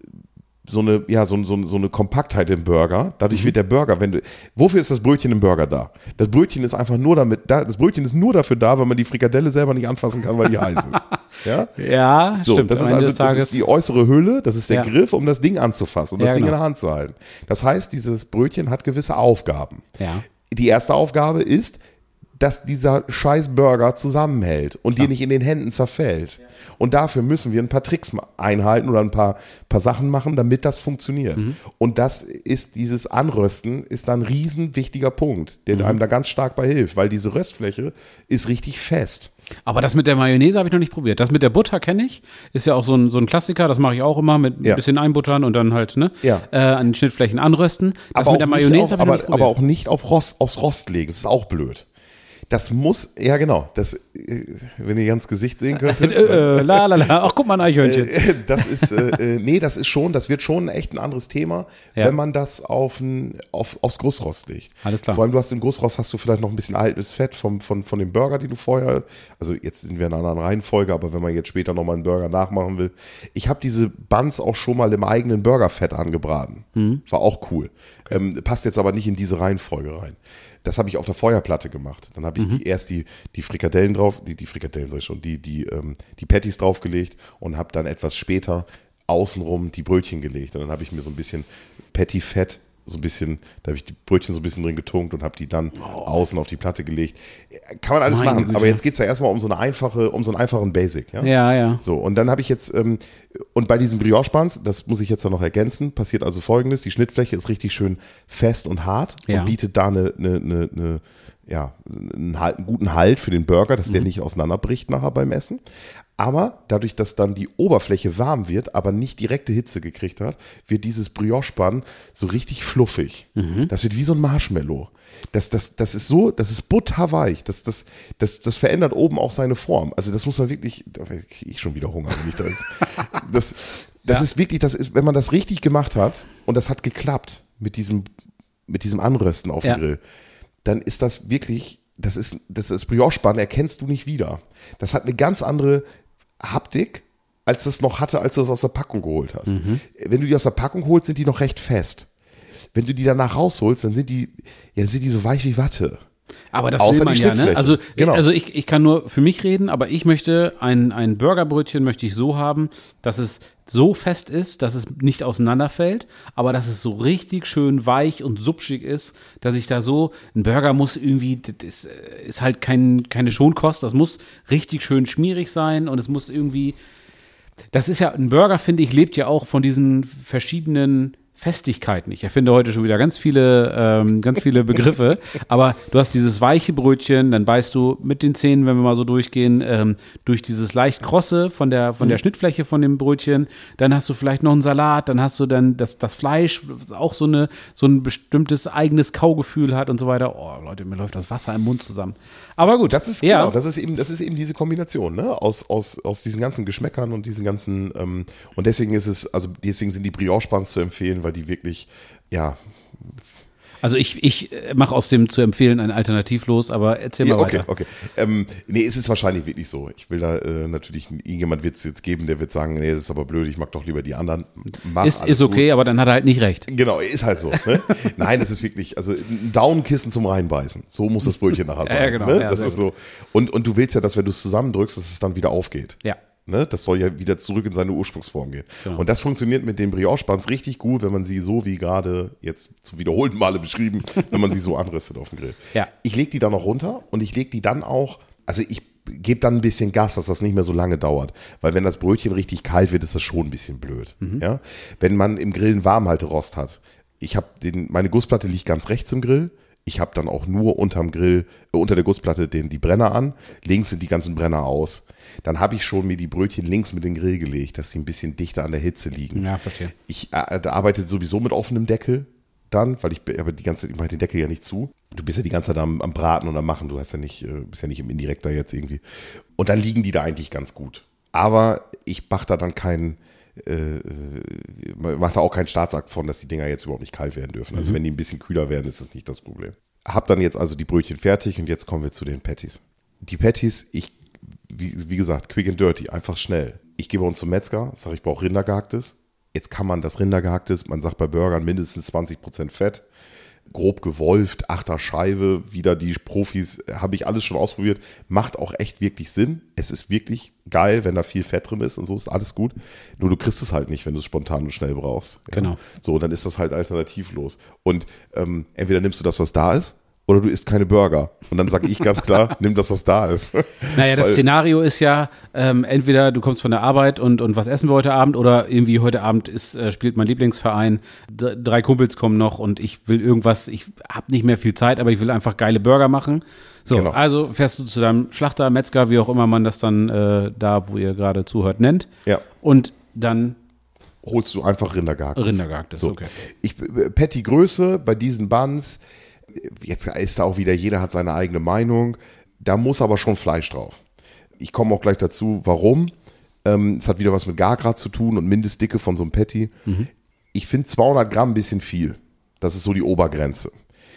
Kompaktheit im Burger. Dadurch wird der Burger, wofür ist das Brötchen im Burger da? Das Brötchen ist einfach nur das Brötchen ist nur dafür da, weil man die Frikadelle selber nicht anfassen kann, weil die heiß ist. Ja, so, stimmt. Das ist die äußere Hülle, das ist der Griff, um das Ding anzufassen, um das Ding in der Hand zu halten. Das heißt, dieses Brötchen hat gewisse Aufgaben. Ja. Die erste Aufgabe ist, dass dieser scheiß Burger zusammenhält und dir nicht in den Händen zerfällt. Ja. Und dafür müssen wir ein paar Tricks einhalten oder ein paar Sachen machen, damit das funktioniert. Und dieses Anrösten ist dann ein riesen wichtiger Punkt, der einem da ganz stark bei hilft, weil diese Röstfläche ist richtig fest. Aber das mit der Mayonnaise habe ich noch nicht probiert. Das mit der Butter kenne ich, ist ja auch so ein Klassiker, das mache ich auch immer mit ein bisschen einbuttern und dann halt an den Schnittflächen anrösten. Das aber mit der Mayonnaise habe ich noch nicht probiert. Aber auch nicht aufs Rost legen, das ist auch blöd. Das muss, ja genau, das wenn ihr ganz Gesicht sehen könntet. Ach, guck mal, ein Eichhörnchen. Das ist, das wird schon echt ein anderes Thema, wenn man das aufs Gussrost legt. Alles klar. Vor allem, im Gussrost hast du vielleicht noch ein bisschen altes Fett von dem Burger, die du vorher, also jetzt sind wir in einer anderen Reihenfolge, aber wenn man jetzt später nochmal einen Burger nachmachen will. Ich habe diese Buns auch schon mal im eigenen Burgerfett angebraten. War auch cool. Passt jetzt aber nicht in diese Reihenfolge rein. Das habe ich auf der Feuerplatte gemacht. Dann habe ich erst die Frikadellen drauf, die Frikadellen sag ich schon, die Patties draufgelegt und habe dann etwas später außenrum die Brötchen gelegt. Und dann habe ich mir so ein bisschen Patty-Fett, so ein bisschen, da habe ich die Brötchen so ein bisschen drin getunkt und habe die dann außen auf die Platte gelegt. Kann man alles machen, aber jetzt geht es ja erstmal um so einen einfachen Basic. Ja? Ja. So, und dann habe ich jetzt, und bei diesen Brioche-Buns, das muss ich jetzt dann noch ergänzen, passiert also Folgendes: Die Schnittfläche ist richtig schön fest und hart und bietet da einen guten Halt für den Burger, dass der nicht auseinanderbricht nachher beim Essen. Aber dadurch, dass dann die Oberfläche warm wird, aber nicht direkte Hitze gekriegt hat, wird dieses Brioche-Bun so richtig fluffig. Das wird wie so ein Marshmallow. Das ist butterweich. Das verändert oben auch seine Form. Also das muss man wirklich, da kriege ich schon wieder Hunger, wenn ich das ist wirklich, wenn man das richtig gemacht hat und das hat geklappt mit diesem Anrösten auf dem Grill, dann ist das wirklich, das ist Brioche-Bun, erkennst du nicht wieder. Das hat eine ganz andere Haptik, als es noch hatte, als du es aus der Packung geholt hast. Wenn du die aus der Packung holst, sind die noch recht fest. Wenn du die danach rausholst, dann sind die so weich wie Watte. Aber das Außer will man die ja, ne? Also, genau. also ich kann nur für mich reden, aber ich möchte ein Burgerbrötchen möchte ich so haben, dass es so fest ist, dass es nicht auseinanderfällt, aber dass es so richtig schön weich und subschig ist, dass ich da so, ein Burger muss irgendwie, das ist halt keine Schonkost, das muss richtig schön schmierig sein und es muss irgendwie, das ist ja, ein Burger, finde ich, lebt ja auch von diesen verschiedenen Festigkeiten. Ich erfinde heute schon wieder ganz viele Begriffe, aber du hast dieses weiche Brötchen, dann beißt du mit den Zähnen, wenn wir mal so durchgehen, durch dieses leicht krosse von der Schnittfläche von dem Brötchen, dann hast du vielleicht noch einen Salat, dann hast du dann das Fleisch, das auch so ein bestimmtes eigenes Kaugefühl hat und so weiter. Oh Leute, mir läuft das Wasser im Mund zusammen. Aber gut. Das ist eben diese Kombination, ne? Aus diesen ganzen Geschmäckern und diesen ganzen, und deswegen sind die Brioche-Buns zu empfehlen, weil die wirklich, ja. Also ich mache aus dem zu empfehlen ein Alternativlos, aber erzähl mal weiter. Okay. Nee, es ist wahrscheinlich wirklich so. Ich will da natürlich, irgendjemand wird es jetzt geben, der wird sagen, nee, das ist aber blöd, ich mag doch lieber die anderen. Ist okay, gut. Aber dann hat er halt nicht recht. Genau, ist halt so. Ne? Nein, es ist wirklich, also ein Downkissen zum Reinbeißen. So muss das Brötchen nachher sein. Ja, genau. Ne? Ja, das ist so. Und du willst ja, dass wenn du es zusammendrückst, dass es dann wieder aufgeht. Ja. Ne? Das soll ja wieder zurück in seine Ursprungsform gehen. Genau. Und das funktioniert mit den Brioche-Buns richtig gut, wenn man sie so wie gerade jetzt zum wiederholten Male beschrieben, wenn man sie so anrüstet auf dem Grill. Ja. Ich lege die dann noch runter und ich lege die dann auch, also ich gebe dann ein bisschen Gas, dass das nicht mehr so lange dauert. Weil wenn das Brötchen richtig kalt wird, ist das schon ein bisschen blöd. Ja? Wenn man im Grill einen Warmhalterost hat, meine Gussplatte liegt ganz rechts im Grill. Ich habe dann auch nur unter der Gussplatte die Brenner an. Links sind die ganzen Brenner aus. Dann habe ich schon mir die Brötchen links mit in den Grill gelegt, dass sie ein bisschen dichter an der Hitze liegen. Ja, verstehe. Ich arbeite sowieso mit offenem Deckel dann, weil ich mache den Deckel ja nicht zu. Du bist ja die ganze Zeit am Braten und am Machen. Du bist ja nicht im Indirekter jetzt irgendwie. Und dann liegen die da eigentlich ganz gut. Aber ich mache da dann macht da auch keinen Staatsakt von, dass die Dinger jetzt überhaupt nicht kalt werden dürfen. Also wenn die ein bisschen kühler werden, ist das nicht das Problem. Hab dann jetzt also die Brötchen fertig und jetzt kommen wir zu den Patties. Die Patties, wie gesagt, quick and dirty, einfach schnell. Ich gehe bei uns zum Metzger, sage, ich brauche Rindergehacktes. Jetzt kann man das Rindergehacktes, man sagt bei Burgern mindestens 20% Fett, grob gewolft, 8er Scheibe, wieder die Profis, habe ich alles schon ausprobiert, macht auch echt wirklich Sinn. Es ist wirklich geil, wenn da viel Fett drin ist und so, ist alles gut. Nur du kriegst es halt nicht, wenn du es spontan und schnell brauchst. Ja? Genau. So, dann ist das halt alternativlos. Und entweder nimmst du das, was da ist, oder du isst keine Burger. Und dann sage ich ganz klar, nimm das, was da ist. Naja, das Szenario ist ja, entweder du kommst von der Arbeit und was essen wir heute Abend oder irgendwie heute Abend spielt mein Lieblingsverein, 3 Kumpels kommen noch und ich will irgendwas, ich habe nicht mehr viel Zeit, aber ich will einfach geile Burger machen. So, genau. Also fährst du zu deinem Schlachter, Metzger, wie auch immer man das dann da, wo ihr gerade zuhört, nennt. Ja. Und dann holst du einfach Rindergehacktes. So. Okay. Patty-Größe bei diesen Buns, jetzt ist da auch wieder, jeder hat seine eigene Meinung, da muss aber schon Fleisch drauf. Ich komme auch gleich dazu, warum. Es hat wieder was mit Gargrad zu tun und Mindestdicke von so einem Patty. Ich finde 200 Gramm ein bisschen viel. Das ist so die Obergrenze.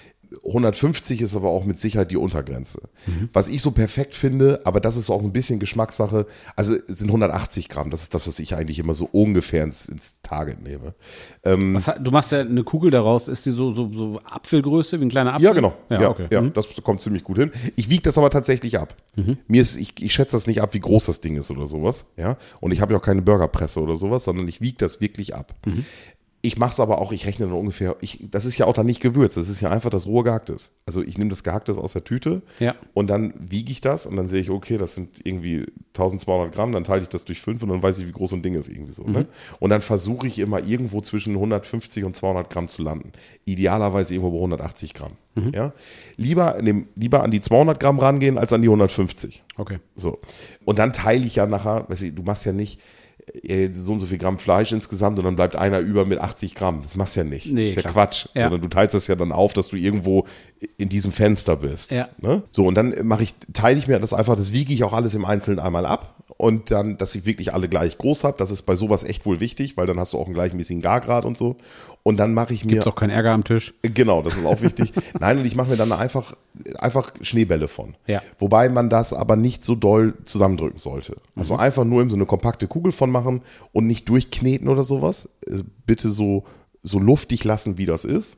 150 ist aber auch mit Sicherheit die Untergrenze. Was ich so perfekt finde, aber das ist auch ein bisschen Geschmackssache, also es sind 180 Gramm. Das ist das, was ich eigentlich immer so ungefähr ins Target nehme. Du machst ja eine Kugel daraus, ist die so Apfelgröße, wie ein kleiner Apfel? Ja, genau. Ja, okay. Das kommt ziemlich gut hin. Ich wiege das aber tatsächlich ab. Ich schätze das nicht ab, wie groß das Ding ist oder sowas. Ja? Und ich habe ja auch keine Burgerpresse oder sowas, sondern ich wiege das wirklich ab. Ich mache es aber auch, ich rechne dann ungefähr, das ist ja auch dann nicht gewürzt, das ist ja einfach das rohe Gehacktes. Also ich nehme das Gehacktes aus der Tüte und dann wiege ich das und dann sehe ich, okay, das sind irgendwie 1200 Gramm, dann teile ich das durch 5 und dann weiß ich, wie groß so ein Ding ist irgendwie so. Ne? Und dann versuche ich immer irgendwo zwischen 150 und 200 Gramm zu landen. Idealerweise irgendwo bei 180 Gramm. Ja? Lieber an die 200 Gramm rangehen, als an die 150. Okay. So. Und dann teile ich ja nachher, weißt du machst ja nicht so und so viel Gramm Fleisch insgesamt und dann bleibt einer über mit 80 Gramm. Das machst du ja nicht. Nee, das ist ja klar. Quatsch. Ja. Sondern du teilst das ja dann auf, dass du irgendwo in diesem Fenster bist. Ja. Ne? So, und dann teile ich mir das einfach, das wiege ich auch alles im Einzelnen einmal ab. Und dann, dass ich wirklich alle gleich groß habe, das ist bei sowas echt wohl wichtig, weil dann hast du auch einen gleichmäßigen Gargrad und so. Und dann mache ich mir. Gibt's auch keinen Ärger am Tisch? Genau, das ist auch wichtig. Nein, und ich mache mir dann einfach Schneebälle von. Ja. Wobei man das aber nicht so doll zusammendrücken sollte. Also einfach nur so eine kompakte Kugel von machen und nicht durchkneten oder sowas. Bitte so luftig lassen, wie das ist.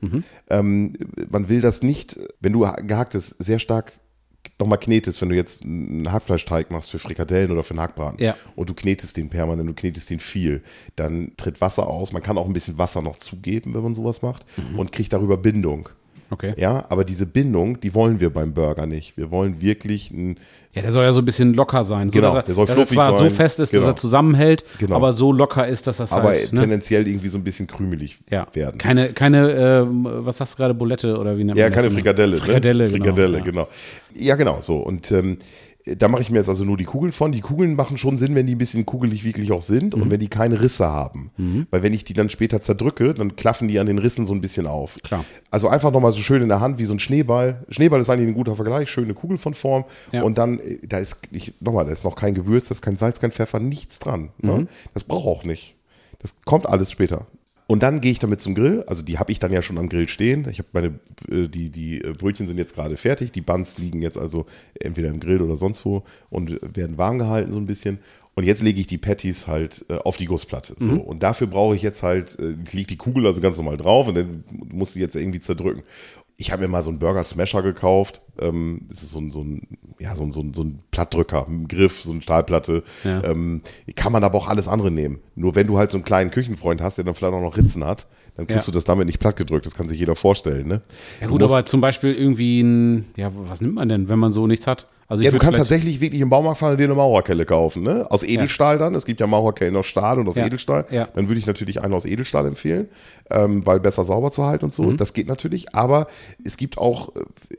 Man will das nicht, wenn du gehacktes sehr stark nochmal knetest, wenn du jetzt einen Hackfleischteig machst für Frikadellen oder für einen Hackbraten und du knetest den permanent, du knetest den viel, dann tritt Wasser aus. Man kann auch ein bisschen Wasser noch zugeben, wenn man sowas macht und kriegt darüber Bindung. Okay. Ja, aber diese Bindung, die wollen wir beim Burger nicht. Wir wollen wirklich der soll ja so ein bisschen locker sein. So, genau, der soll fluffig sein. Dass er zwar so fest ist, dass er zusammenhält, aber so locker ist, dass das aber halt... tendenziell irgendwie so ein bisschen krümelig werden. Keine was sagst du gerade, Bulette oder wie nennt man das? Ja, keine Frikadelle. Frikadelle, genau. Ja, genau, so. Und da mache ich mir jetzt also nur die Kugeln von. Die Kugeln machen schon Sinn, wenn die ein bisschen kugelig wirklich auch sind und wenn die keine Risse haben. Weil wenn ich die dann später zerdrücke, dann klaffen die an den Rissen so ein bisschen auf. Klar. Also einfach nochmal so schön in der Hand wie so ein Schneeball. Schneeball ist eigentlich ein guter Vergleich, schöne Kugel von Form. Ja. Und dann, da ist noch kein Gewürz, da ist kein Salz, kein Pfeffer, nichts dran. Ne? Das braucht auch nicht. Das kommt alles später. Und dann gehe ich damit zum Grill, also die habe ich dann ja schon am Grill stehen. Ich habe die Brötchen sind jetzt gerade fertig, die Buns liegen jetzt also entweder im Grill oder sonst wo und werden warm gehalten so ein bisschen. Und jetzt lege ich die Patties halt auf die Gussplatte. So. Und dafür brauche ich jetzt halt, liegt die Kugel also ganz normal drauf und dann muss sie jetzt irgendwie zerdrücken. Ich habe mir mal so einen Burger Smasher gekauft. Das ist so ein Plattdrücker, ein Griff, so eine Stahlplatte. Ja. Kann man aber auch alles andere nehmen. Nur wenn du halt so einen kleinen Küchenfreund hast, der dann vielleicht auch noch Ritzen hat, dann kriegst du das damit nicht platt gedrückt. Das kann sich jeder vorstellen. Ne? Ja gut, aber zum Beispiel irgendwie was nimmt man denn, wenn man so nichts hat? Also du kannst tatsächlich wirklich im Baumarkt fahren und dir eine Maurerkelle kaufen, ne? Aus Edelstahl dann. Es gibt ja Maurerkellen aus Stahl und aus Edelstahl. Ja. Dann würde ich natürlich eine aus Edelstahl empfehlen, weil besser sauber zu halten und so. Das geht natürlich. Aber es gibt auch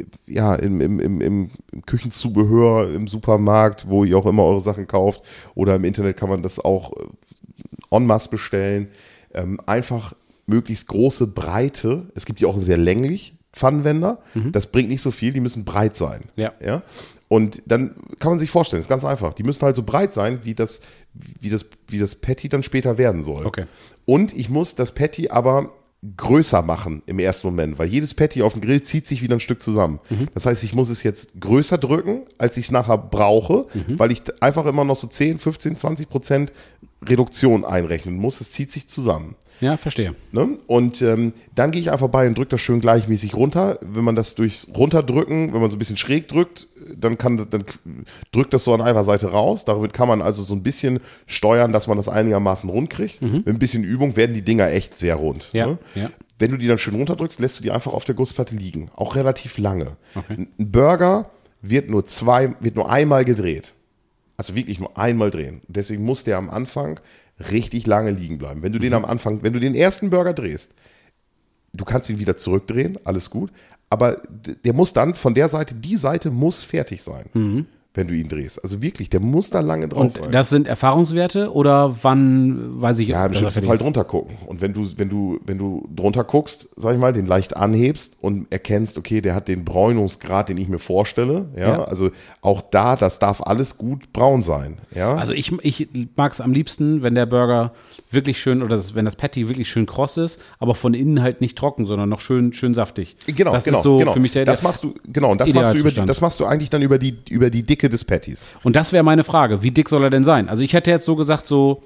im Küchenzubehör, im Supermarkt, wo ihr auch immer eure Sachen kauft oder im Internet kann man das auch en masse bestellen. Einfach möglichst große Breite. Es gibt ja auch sehr länglich Pfannenwender. Das bringt nicht so viel, die müssen breit sein. Ja. Und dann kann man sich vorstellen, das ist ganz einfach. Die müssen halt so breit sein, wie das Patty dann später werden soll. Okay. Und ich muss das Patty aber größer machen im ersten Moment, weil jedes Patty auf dem Grill zieht sich wieder ein Stück zusammen. Das heißt, ich muss es jetzt größer drücken, als ich es nachher brauche, weil ich einfach immer noch so 10, 15, 20% Reduktion einrechnen muss. Es zieht sich zusammen. Ja, verstehe. Ne? Und dann gehe ich einfach bei und drücke das schön gleichmäßig runter. Wenn man das durchs Runterdrücken, wenn man so ein bisschen schräg drückt, dann drückt das so an einer Seite raus. Damit kann man also so ein bisschen steuern, dass man das einigermaßen rund kriegt. Mit ein bisschen Übung werden die Dinger echt sehr rund. Ja, ne? ja. Wenn du die dann schön runterdrückst, lässt du die einfach auf der Gussplatte liegen. Auch relativ lange. Okay. Ein Burger wird nur einmal gedreht. Also wirklich nur einmal drehen. Deswegen muss der am Anfang richtig lange liegen bleiben. Wenn du wenn du den ersten Burger drehst, du kannst ihn wieder zurückdrehen, alles gut, aber der muss dann von der Seite, die Seite muss fertig sein. wenn du ihn drehst. Also wirklich, der muss da lange drauf sein. Und das sind Erfahrungswerte oder wann weiß ich? Ja, im schlimmsten Fall drunter gucken. Und wenn du drunter guckst, sag ich mal, den leicht anhebst und erkennst, okay, der hat den Bräunungsgrad, den ich mir vorstelle. Ja, also auch da, das darf alles gut braun sein. Ja. Also ich mag es am liebsten, wenn der Burger wirklich schön oder wenn das Patty wirklich schön kross ist, aber von innen halt nicht trocken, sondern noch schön saftig. Genau, das genau, ist so genau. für mich das machst du eigentlich dann über die Dicke des Patties. Und das wäre meine Frage, wie dick soll er denn sein? Also ich hätte jetzt so gesagt, so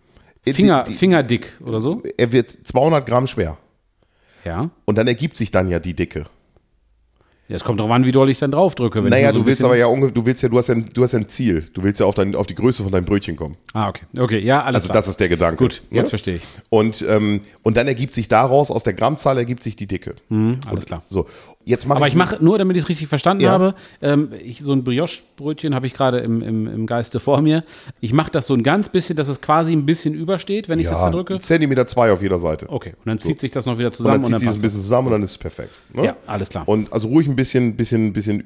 Fingerdick oder so. Er wird 200 Gramm schwer. Ja. Und dann ergibt sich dann ja die Dicke. Ja, es kommt drauf an, wie doll ich dann drauf drücke. Naja, du hast ja ein Ziel. Du willst ja auf die Größe von deinem Brötchen kommen. Ah, okay. Okay, ja, alles klar. Also das ist der Gedanke. Gut, jetzt verstehe ich. Und dann ergibt sich daraus, aus der Grammzahl ergibt sich die Dicke. Alles klar. So, aber ich mache, nur damit ich es richtig verstanden habe, so ein Brioche-Brötchen habe ich gerade im Geiste vor mir. Ich mache das so ein ganz bisschen, dass es quasi ein bisschen übersteht, wenn ich das da drücke. Zentimeter 2 auf jeder Seite. Okay, und dann zieht sich das noch wieder zusammen. Und dann zieht sich ein bisschen zusammen und dann ist es perfekt. Ne? Ja, alles klar. Und also ruhig ein bisschen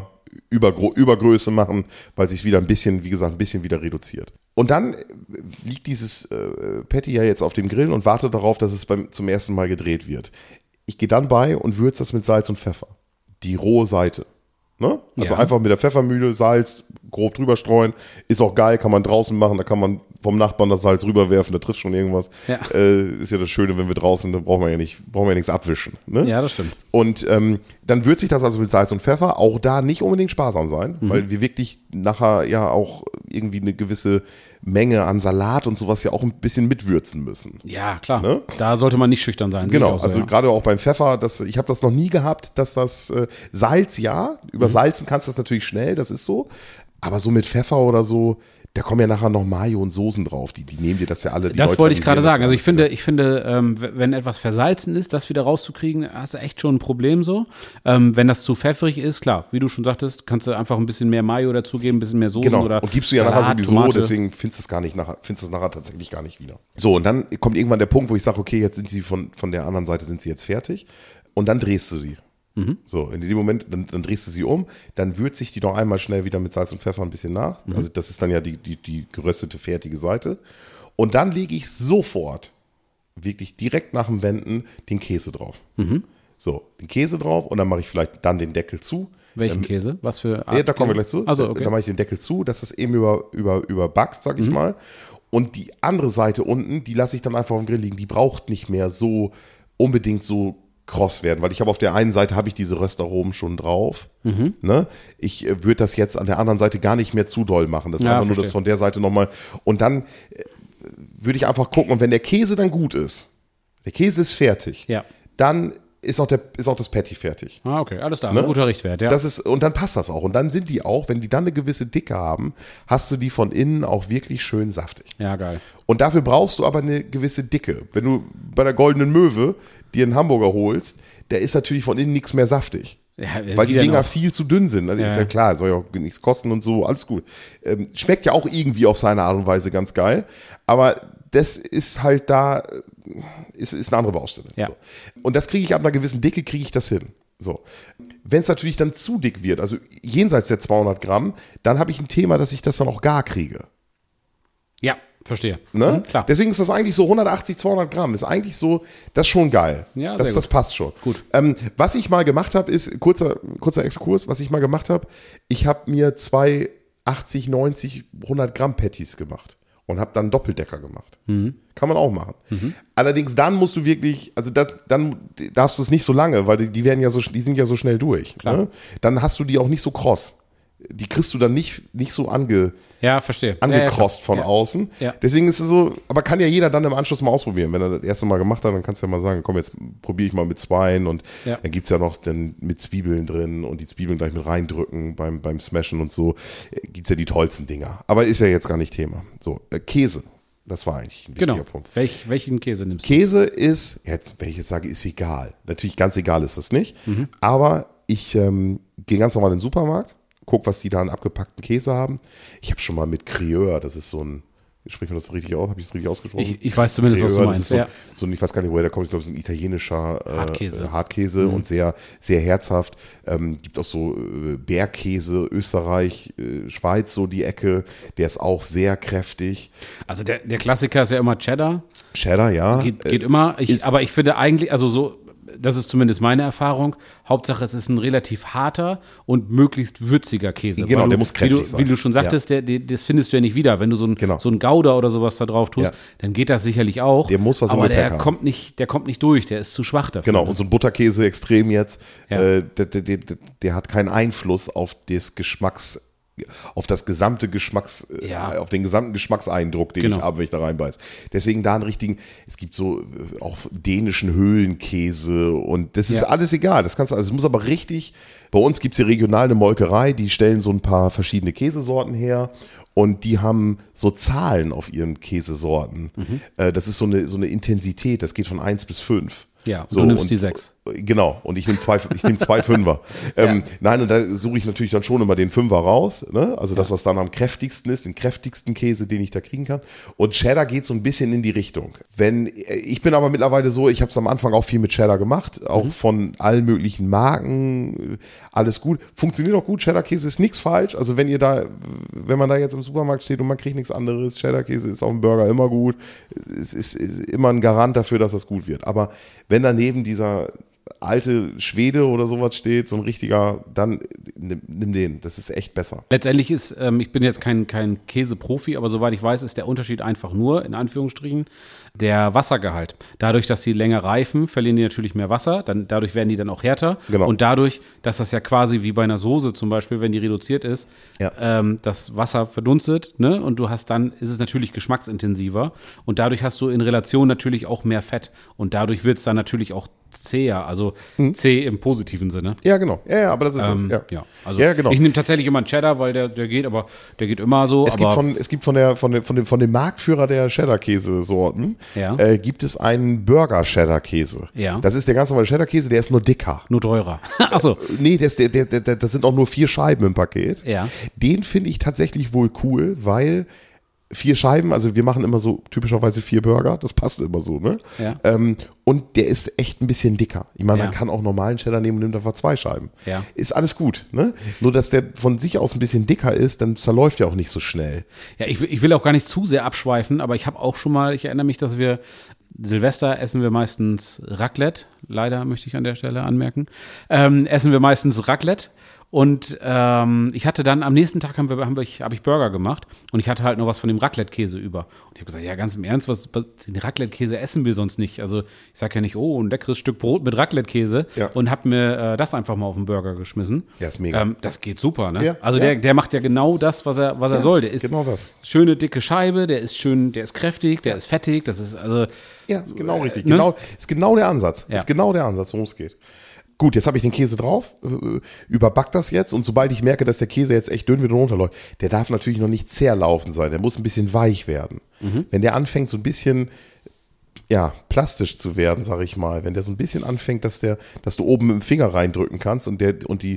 Übergröße machen, weil sich wieder ein bisschen wieder reduziert. Und dann liegt dieses Patty ja jetzt auf dem Grill und wartet darauf, dass es zum ersten Mal gedreht wird. Ich gehe dann bei und würze das mit Salz und Pfeffer. Die rohe Seite. Ne? Also einfach mit der Pfeffermühle, Salz, grob drüber streuen. Ist auch geil, kann man draußen machen, da kann man vom Nachbarn das Salz rüberwerfen, da trifft schon irgendwas. Ja. Ist ja das Schöne, wenn wir draußen, dann brauchen wir ja nichts abwischen. Ne? Ja, das stimmt. Und dann würze ich das also mit Salz und Pfeffer. Auch da nicht unbedingt sparsam sein, weil wir wirklich nachher ja auch irgendwie eine gewisse Menge an Salat und sowas ja auch ein bisschen mitwürzen müssen. Ja, klar. Ne? Da sollte man nicht schüchtern sein. Genau, also gerade auch beim Pfeffer, ich habe das noch nie gehabt, dass das Salz, übersalzen kannst du das natürlich schnell, das ist so. Aber so mit Pfeffer oder so, da kommen ja nachher noch Mayo und Soßen drauf. Die nehmen dir das ja alle. Das wollte ich gerade sagen. Also ich finde, wenn etwas versalzen ist, das wieder rauszukriegen, hast du echt schon ein Problem so. Wenn das zu pfeffrig ist, klar, wie du schon sagtest, kannst du einfach ein bisschen mehr Mayo dazugeben, ein bisschen mehr Soßen oder und gibst du ja Salat, nachher sowieso, Tomate. Deswegen findest du es nachher tatsächlich gar nicht wieder. So, und dann kommt irgendwann der Punkt, wo ich sage, okay, jetzt sind sie von der anderen Seite sind sie jetzt fertig. Und dann drehst du sie. So, in dem Moment, dann drehst du sie um, dann würze ich die noch einmal schnell wieder mit Salz und Pfeffer ein bisschen nach. Also das ist dann ja die geröstete, fertige Seite. Und dann lege ich sofort, wirklich direkt nach dem Wenden, den Käse drauf. So, den Käse drauf und dann mache ich vielleicht dann den Deckel zu. Welchen Käse? Was für Art? Ja, da kommen wir gleich zu. Also, okay. Da mache ich den Deckel zu, dass das eben überbackt, sag ich mal. Und die andere Seite unten, die lasse ich dann einfach auf dem Grill liegen. Die braucht nicht mehr so unbedingt so kross werden, weil ich habe auf der einen Seite diese Röstaromen schon drauf. Ne? Ich würde das jetzt an der anderen Seite gar nicht mehr zu doll machen. Das ist einfach nur das von der Seite nochmal. Und dann würde ich einfach gucken, und wenn der Käse dann gut ist, der Käse ist fertig, dann ist auch das Patty fertig. Ah, okay, alles klar, ne? Ein guter Richtwert, ja. Und dann passt das auch. Und dann sind die auch, wenn die dann eine gewisse Dicke haben, hast du die von innen auch wirklich schön saftig. Ja, geil. Und dafür brauchst du aber eine gewisse Dicke. Wenn du bei der Goldenen Möwe dir einen Hamburger holst, der ist natürlich von innen nichts mehr saftig. Ja, weil die Dinger viel zu dünn sind. Also ist ja klar, soll ja auch nichts kosten und so, alles gut. Schmeckt ja auch irgendwie auf seine Art und Weise ganz geil. Aber das ist halt da, ist eine andere Baustelle. Ja. So. Und das kriege ich ab einer gewissen Dicke, kriege ich das hin. So. Wenn es natürlich dann zu dick wird, also jenseits der 200 Gramm, dann habe ich ein Thema, dass ich das dann auch gar kriege. Ja, verstehe. Ne? Klar. Deswegen ist das eigentlich so 180, 200 Gramm. Ist eigentlich so, das ist schon geil. Ja, das passt schon. Gut. Was ich mal gemacht habe, ist, kurzer Exkurs, was ich mal gemacht habe, ich habe mir 2 80, 90, 100 Gramm Patties gemacht und habe dann Doppeldecker gemacht. Kann man auch machen. Allerdings dann musst du wirklich, also dann darfst du es nicht so lange, weil die sind ja so schnell durch. Ne? Dann hast du die auch nicht so kross. Die kriegst du dann nicht so angekrost von außen. Ja. Deswegen ist es so, aber kann ja jeder dann im Anschluss mal ausprobieren. Wenn er das erste Mal gemacht hat, dann kannst du ja mal sagen, komm, jetzt probiere ich mal mit 2 und dann gibt es ja noch dann mit Zwiebeln drin und die Zwiebeln gleich mit reindrücken beim Smashen und so. Gibt es ja die tollsten Dinger. Aber ist ja jetzt gar nicht Thema. So, Käse. Das war eigentlich ein wichtiger Punkt. Welchen Käse nimmst du? Käse ist, wenn ich jetzt sage, ist egal. Natürlich ganz egal ist das nicht. Aber ich gehe ganz normal in den Supermarkt, guck, was die da an abgepackten Käse haben. Ich habe schon mal mit Crieur, das ist so ein Spricht man das richtig aus? Habe ich es richtig ausgesprochen? Ich weiß zumindest, was du meinst. So, ich weiß gar nicht, woher der kommt. Ich glaube, es ist ein italienischer Hartkäse und sehr, sehr herzhaft. Gibt auch so Bergkäse, Österreich, Schweiz, so die Ecke. Der ist auch sehr kräftig. Also der Klassiker ist ja immer Cheddar. Cheddar, ja. Geht immer. Aber ich finde eigentlich, also so, das ist zumindest meine Erfahrung. Hauptsache, es ist ein relativ harter und möglichst würziger Käse. Genau, der muss kräftig sein. Wie du schon sagtest, das findest du ja nicht wieder. Wenn du so ein Gouda oder sowas da drauf tust, dann geht das sicherlich auch. Der muss was im aber Gepäck der kommt nicht durch, der ist zu schwach dafür. Genau, und so ein Butterkäse extrem jetzt, der hat keinen Einfluss auf auf den gesamten Geschmackseindruck, den ich habe, wenn ich da reinbeiß. Deswegen da einen richtigen, es gibt so auch dänischen Höhlenkäse und das ist alles egal. Es muss aber richtig, bei uns gibt es hier regional eine Molkerei, die stellen so ein paar verschiedene Käsesorten her und die haben so Zahlen auf ihren Käsesorten. Das ist so eine Intensität, das geht von 1 bis 5. Ja, so, du nimmst die 6. Genau, und ich nehme zwei Fünfer. Nein, und da suche ich natürlich dann schon immer den Fünfer raus, ne? Also das, was dann am kräftigsten ist, den kräftigsten Käse, den ich da kriegen kann. Und Cheddar geht so ein bisschen in die Richtung. Ich bin aber mittlerweile so, ich habe es am Anfang auch viel mit Cheddar gemacht, auch von allen möglichen Marken, alles gut. Funktioniert auch gut, Cheddar-Käse ist nichts falsch. Also wenn man da jetzt im Supermarkt steht und man kriegt nichts anderes, Cheddar-Käse ist auf dem Burger immer gut. Es ist immer ein Garant dafür, dass das gut wird. Aber wenn daneben dieser alte Schwede oder sowas steht, so ein richtiger, dann nimm den. Das ist echt besser. Letztendlich ist, ich bin jetzt kein Käseprofi, aber soweit ich weiß, ist der Unterschied einfach nur, in Anführungsstrichen, der Wassergehalt. Dadurch, dass die länger reifen, verlieren die natürlich mehr Wasser, dadurch werden die dann auch härter. Genau. Und dadurch, dass das ja quasi wie bei einer Soße zum Beispiel, wenn die reduziert ist, das Wasser verdunstet, ne? Und ist es natürlich geschmacksintensiver und dadurch hast du in Relation natürlich auch mehr Fett und dadurch wird es dann natürlich auch zäher, also zäh im positiven Sinne. Ja, genau. Ja, aber das ist es. Ja, also genau. Ich nehme tatsächlich immer einen Cheddar, weil der geht, aber der geht immer so. Es gibt von dem Marktführer der Cheddar-Käsesorten, gibt es einen Burger-Cheddar-Käse. Ja. Das ist der ganz normale Cheddar-Käse, der ist nur dicker. Nur teurer. Achso. Nee, das sind auch nur 4 Scheiben im Paket. Ja. Den finde ich tatsächlich wohl cool, weil 4 Scheiben, also wir machen immer so typischerweise 4 Burger, das passt immer so, ne? Ja. Und der ist echt ein bisschen dicker. Ich meine, man kann auch normalen Cheddar nehmen und nimmt einfach 2 Scheiben. Ja. Ist alles gut, ne? Nur, dass der von sich aus ein bisschen dicker ist, dann zerläuft der auch nicht so schnell. Ja, ich will auch gar nicht zu sehr abschweifen, aber ich habe auch schon mal, ich erinnere mich, dass wir Silvester essen wir meistens Raclette, leider möchte ich an der Stelle anmerken, essen wir meistens Raclette. Und ich hatte dann, am nächsten Tag habe ich Burger gemacht und ich hatte halt noch was von dem Raclette-Käse über. Und ich habe gesagt, ja, ganz im Ernst, den Raclette-Käse essen wir sonst nicht. Also ich sage ja nicht, oh, ein leckeres Stück Brot mit Raclette-Käse und habe mir das einfach mal auf den Burger geschmissen. Ja, ist mega. Das geht super, ne? Ja, also der macht ja genau das, was er soll. Der ist genau das. Schöne, dicke Scheibe, der ist kräftig, der ist fettig, das ist also... Ja, ist genau richtig. Ne? Ist genau der Ansatz. Ja. Ist genau der Ansatz, worum es geht. Gut, jetzt habe ich den Käse drauf, überback das jetzt und sobald ich merke, dass der Käse jetzt echt dünn wieder runterläuft, der darf natürlich noch nicht zerlaufen sein, der muss ein bisschen weich werden. Wenn der anfängt so ein bisschen, plastisch zu werden, sage ich mal, wenn der so ein bisschen anfängt, dass du oben mit dem Finger reindrücken kannst und die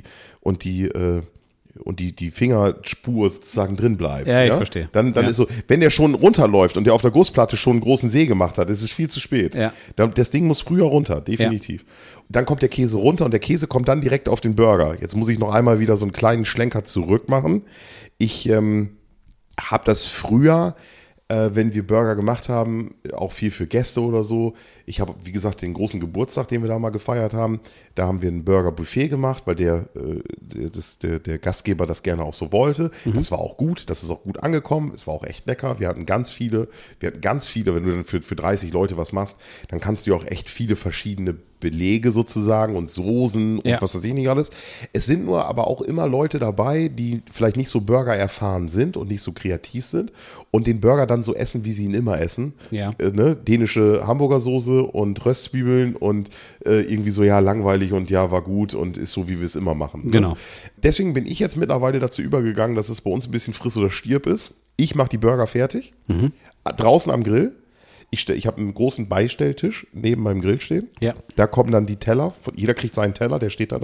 Fingerspur sozusagen drin bleibt. Ja, ich verstehe. Dann ist so, wenn der schon runterläuft und der auf der Gussplatte schon einen großen See gemacht hat, ist es viel zu spät. Ja. Das Ding muss früher runter, definitiv. Ja. Dann kommt der Käse runter und der Käse kommt dann direkt auf den Burger. Jetzt muss ich noch einmal wieder so einen kleinen Schlenker zurück machen. Ich habe das früher, wenn wir Burger gemacht haben, auch viel für Gäste oder so. Ich habe, wie gesagt, den großen Geburtstag, den wir da mal gefeiert haben, da haben wir ein Burger-Buffet gemacht, weil der Gastgeber das gerne auch so wollte. Das war auch gut, das ist auch gut angekommen, es war auch echt lecker. Wir hatten ganz viele, wenn du dann für 30 Leute was machst, dann kannst du auch echt viele verschiedene Belege sozusagen und Soßen und was weiß ich nicht alles. Es sind nur aber auch immer Leute dabei, die vielleicht nicht so Burger erfahren sind und nicht so kreativ sind und den Burger dann so essen, wie sie ihn immer essen. Ja. Dänische Hamburgersoße und Röstzwiebeln und irgendwie so, ja, langweilig und ja, war gut und ist so, wie wir es immer machen. Ne? Genau. Deswegen bin ich jetzt mittlerweile dazu übergegangen, dass es bei uns ein bisschen friss oder stirb ist. Ich mache die Burger fertig, draußen am Grill. Ich habe einen großen Beistelltisch neben meinem Grill stehen. Ja. Da kommen dann die Teller. Jeder kriegt seinen Teller, der steht da dann.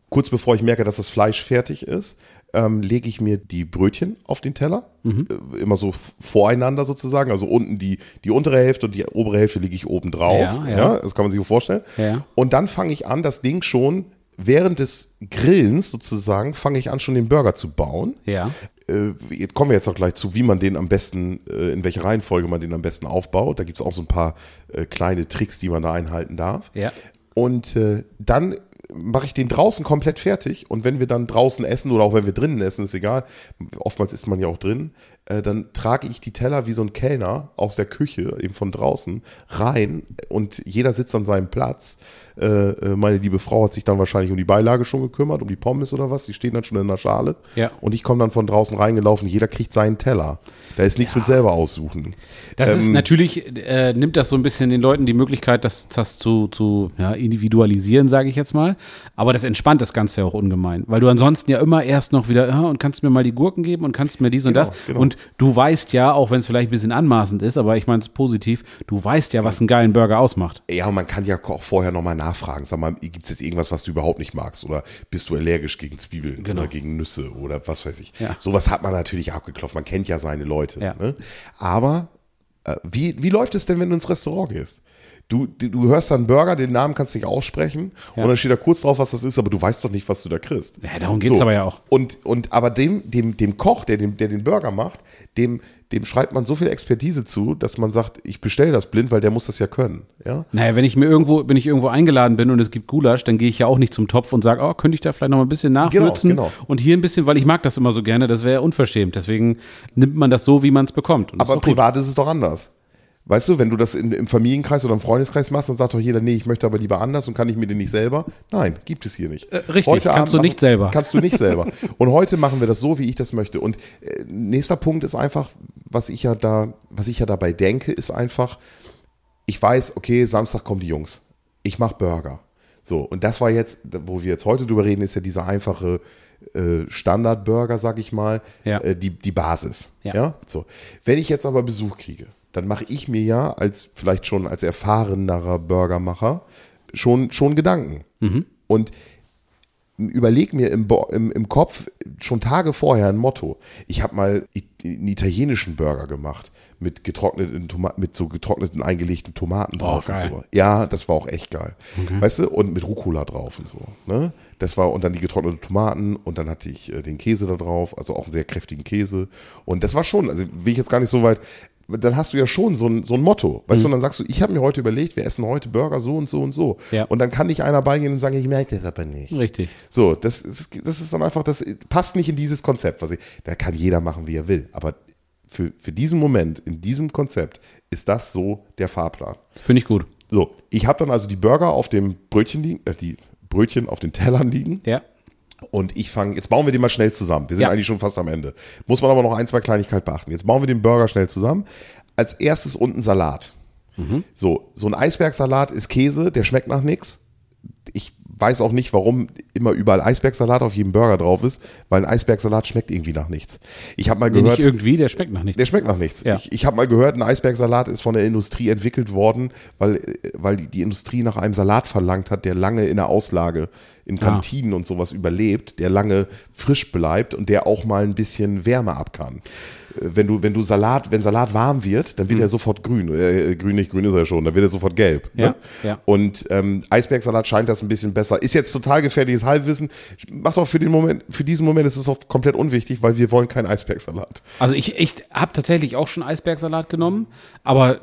kurz bevor ich merke, dass das Fleisch fertig ist, lege ich mir die Brötchen auf den Teller, immer so voreinander sozusagen, also unten die untere Hälfte und die obere Hälfte lege ich oben drauf, ja, das kann man sich so vorstellen. Ja. Und dann fange ich an, das Ding schon während des Grillens sozusagen, fange ich an, schon den Burger zu bauen. Ja. Jetzt kommen wir jetzt auch gleich zu, wie man den am besten, in welcher Reihenfolge man den am besten aufbaut. Da gibt es auch so ein paar kleine Tricks, die man da einhalten darf. Ja. Und dann mache ich den draußen komplett fertig und wenn wir dann draußen essen oder auch wenn wir drinnen essen, ist egal, oftmals isst man ja auch drin, dann trage ich die Teller wie so ein Kellner aus der Küche, eben von draußen, rein und jeder sitzt an seinem Platz. Meine liebe Frau hat sich dann wahrscheinlich um die Beilage schon gekümmert, um die Pommes oder was, die stehen dann schon in der Schale und ich komme dann von draußen reingelaufen, jeder kriegt seinen Teller. Da ist nichts mit selber aussuchen. Das ist natürlich, nimmt das so ein bisschen den Leuten die Möglichkeit, das zu individualisieren, sage ich jetzt mal. Aber das entspannt das Ganze ja auch ungemein. Weil du ansonsten ja immer erst noch wieder, und kannst mir mal die Gurken geben und kannst mir dies und das. Genau. Und du weißt ja, auch wenn es vielleicht ein bisschen anmaßend ist, aber ich meine es positiv, du weißt ja, was einen geilen Burger ausmacht. Ja, und man kann ja auch vorher nochmal nachfragen. Sag mal, gibt es jetzt irgendwas, was du überhaupt nicht magst? Oder bist du allergisch gegen Zwiebeln oder gegen Nüsse oder was weiß ich? Ja. Sowas hat man natürlich abgeklopft. Man kennt ja seine Leute. Ja. Ne? Aber wie läuft es denn, wenn du ins Restaurant gehst? Du hörst da einen Burger, den Namen kannst du nicht aussprechen und dann steht da kurz drauf, was das ist, aber du weißt doch nicht, was du da kriegst. Ja, darum geht's aber ja auch. Aber dem Koch, der den Burger macht, dem schreibt man so viel Expertise zu, dass man sagt, ich bestelle das blind, weil der muss das ja können. Ja? Naja, wenn ich irgendwo eingeladen bin und es gibt Gulasch, dann gehe ich ja auch nicht zum Topf und sage, könnte ich da vielleicht noch mal ein bisschen nachwürzen Genau. und hier ein bisschen, weil ich mag das immer so gerne, das wäre ja unverschämt. Deswegen nimmt man das so, wie man es bekommt. Und Aber privat ist es doch anders. Weißt du, wenn du das im Familienkreis oder im Freundeskreis machst, dann sagt doch jeder, nee, ich möchte aber lieber anders und kann ich mir den nicht selber. Nein, gibt es hier nicht. Richtig, heute kannst du nicht selber. Kannst du nicht selber. Und heute machen wir das so, wie ich das möchte. Und nächster Punkt ist einfach, was ich ja dabei denke, ist einfach, ich weiß, okay, Samstag kommen die Jungs. Ich mache Burger. So, und das war jetzt, wo wir jetzt heute drüber reden, ist ja dieser einfache Standardburger, sag ich mal, die Basis. Ja? So. Wenn ich jetzt aber Besuch kriege, dann mache ich mir ja vielleicht schon als erfahrenerer Burgermacher schon Gedanken. Und überleg mir im Kopf schon Tage vorher ein Motto. Ich habe mal einen italienischen Burger gemacht mit so getrockneten eingelegten Tomaten drauf und so. Ja, das war auch echt geil. Okay. Weißt du, und mit Rucola drauf und so. Ne? Und dann die getrockneten Tomaten und dann hatte ich den Käse da drauf, also auch einen sehr kräftigen Käse. Und das war schon, also will ich jetzt gar nicht so weit. Dann hast du ja schon so ein Motto, weißt du, und dann sagst du, ich habe mir heute überlegt, wir essen heute Burger so und so und so. Ja. Und dann kann nicht einer beigehen und sagen, ich merke das aber nicht. Richtig. So, das ist dann einfach, das passt nicht in dieses Konzept. Da kann jeder machen, wie er will. Aber für diesen Moment, in diesem Konzept, ist das so der Fahrplan. Finde ich gut. So, ich habe dann also die Burger auf dem Brötchen liegen, die Brötchen auf den Tellern liegen. Ja. Und jetzt bauen wir den mal schnell zusammen. Wir sind eigentlich schon fast am Ende. Muss man aber noch 1, 2 Kleinigkeiten beachten. Jetzt bauen wir den Burger schnell zusammen. Als erstes unten Salat. So ein Eisbergsalat ist Käse, der schmeckt nach nichts. Ich weiß auch nicht, warum immer überall Eisbergsalat auf jedem Burger drauf ist, weil ein Eisbergsalat schmeckt irgendwie nach nichts. Ich habe mal gehört, nicht irgendwie, der schmeckt nach nichts. Der schmeckt nach nichts. Ja. Ich habe mal gehört, ein Eisbergsalat ist von der Industrie entwickelt worden, weil die Industrie nach einem Salat verlangt hat, der lange in der Auslage in Kantinen und sowas überlebt, der lange frisch bleibt und der auch mal ein bisschen Wärme ab kann. Wenn Salat warm wird, dann wird er sofort grün. Grün ist er schon, dann wird er sofort gelb. Ja, Ne? ja. Und Eisbergsalat scheint das ein bisschen besser. Ist jetzt total gefährliches Halbwissen. Macht auch für diesen Moment ist es auch komplett unwichtig, weil wir wollen keinen Eisbergsalat. Also ich habe tatsächlich auch schon Eisbergsalat genommen, aber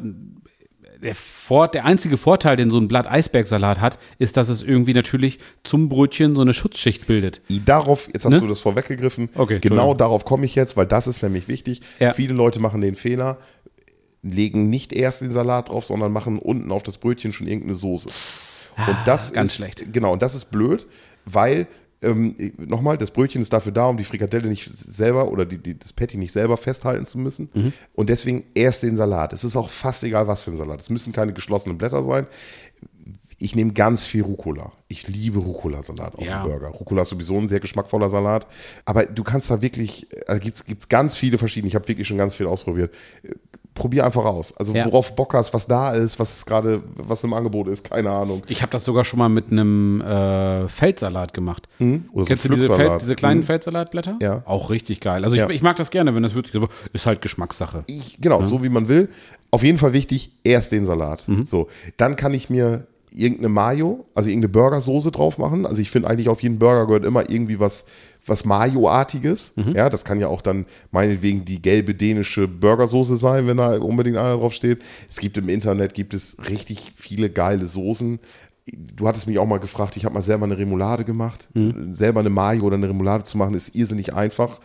der einzige Vorteil, den so ein Blatt Eisbergsalat hat, ist, dass es irgendwie natürlich zum Brötchen so eine Schutzschicht bildet. Jetzt hast du das vorweggegriffen. Okay, genau darauf komme ich jetzt, weil das ist nämlich wichtig. Ja. Viele Leute machen den Fehler, legen nicht erst den Salat drauf, sondern machen unten auf das Brötchen schon irgendeine Soße. Und das ganz ist schlecht. Genau, und das ist blöd, weil nochmal, das Brötchen ist dafür da, um die Frikadelle nicht selber oder das Patty nicht selber festhalten zu müssen. Und deswegen erst den Salat. Es ist auch fast egal, was für ein Salat. Es müssen keine geschlossenen Blätter sein. Ich nehme ganz viel Rucola. Ich liebe Rucola-Salat auf dem Burger. Rucola ist sowieso ein sehr geschmackvoller Salat. Aber du kannst da wirklich, also gibt's ganz viele verschiedene, ich habe wirklich schon ganz viel ausprobiert. probier einfach aus. Also worauf du Bock hast, was da ist, was im Angebot ist, keine Ahnung. Ich habe das sogar schon mal mit einem Feldsalat gemacht. Oder Kennst so du diese kleinen Feldsalatblätter? Ja. Auch richtig geil. Also ich mag das gerne, wenn das würzig ist, aber ist halt Geschmackssache. So wie man will. Auf jeden Fall wichtig, erst den Salat. So, dann kann ich mir irgendeine Mayo, also irgendeine Burgersoße drauf machen. Also ich finde eigentlich auf jeden Burger gehört immer irgendwie was Mayo-artiges. Ja, das kann ja auch dann meinetwegen die gelbe dänische Burgersoße sein, wenn da unbedingt einer drauf steht. Es gibt im Internet, richtig viele geile Soßen. Du hattest mich auch mal gefragt, ich habe mal selber eine Remoulade gemacht. Selber eine Mayo oder eine Remoulade zu machen, ist irrsinnig einfach.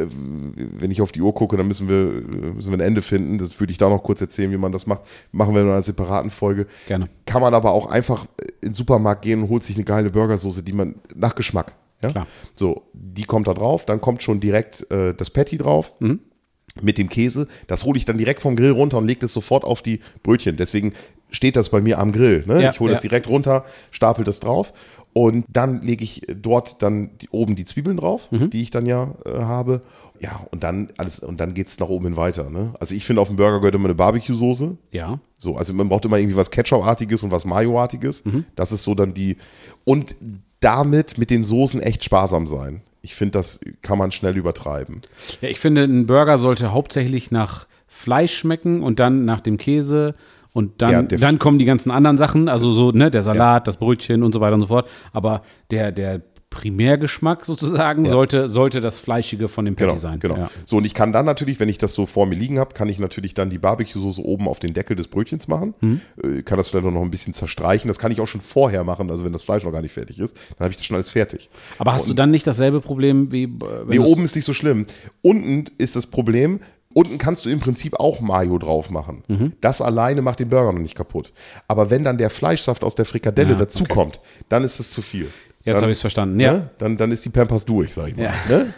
Wenn ich auf die Uhr gucke, dann müssen wir ein Ende finden. Das würde ich da noch kurz erzählen, wie man das macht. Machen wir in einer separaten Folge. Gerne. Kann man aber auch einfach in den Supermarkt gehen und holt sich eine geile Burgersoße, die man nach Geschmack. Ja? Klar. So, die kommt da drauf. Dann kommt schon direkt das Patty drauf. Mit dem Käse. Das hole ich dann direkt vom Grill runter und lege das sofort auf die Brötchen. Deswegen steht das bei mir am Grill. Ne? Ich hole das direkt runter, stapel das drauf und dann lege ich dort dann oben die Zwiebeln drauf, die ich dann habe. Ja, und dann geht es nach oben hin weiter. Ne? Also ich finde, auf dem Burger gehört immer eine Barbecue-Soße. Ja. So, also man braucht immer irgendwie was Ketchup-artiges und was Mayo-artiges. Das ist so dann und damit mit den Soßen echt sparsam sein. Ich finde, das kann man schnell übertreiben. Ja, ich finde, ein Burger sollte hauptsächlich nach Fleisch schmecken und dann nach dem Käse und dann kommen die ganzen anderen Sachen, also so, ne, der Salat, das Brötchen und so weiter und so fort. Aber der Primärgeschmack sozusagen sollte das Fleischige von dem Patty sein. Genau. Ja. So, und ich kann dann natürlich, wenn ich das so vor mir liegen habe, kann ich natürlich dann die Barbecue-Soße oben auf den Deckel des Brötchens machen. Kann das vielleicht noch ein bisschen zerstreichen. Das kann ich auch schon vorher machen, also wenn das Fleisch noch gar nicht fertig ist, dann habe ich das schon alles fertig. Aber hast du dann nicht dasselbe Problem wie Nee, oben ist nicht so schlimm. Unten ist das Problem, unten kannst du im Prinzip auch Mayo drauf machen. Das alleine macht den Burger noch nicht kaputt. Aber wenn dann der Fleischsaft aus der Frikadelle dazukommt, dann ist es zu viel. Jetzt habe ich es verstanden, ja. Ne? Dann ist die Pampers durch, sag ich mal. Ja. Ne?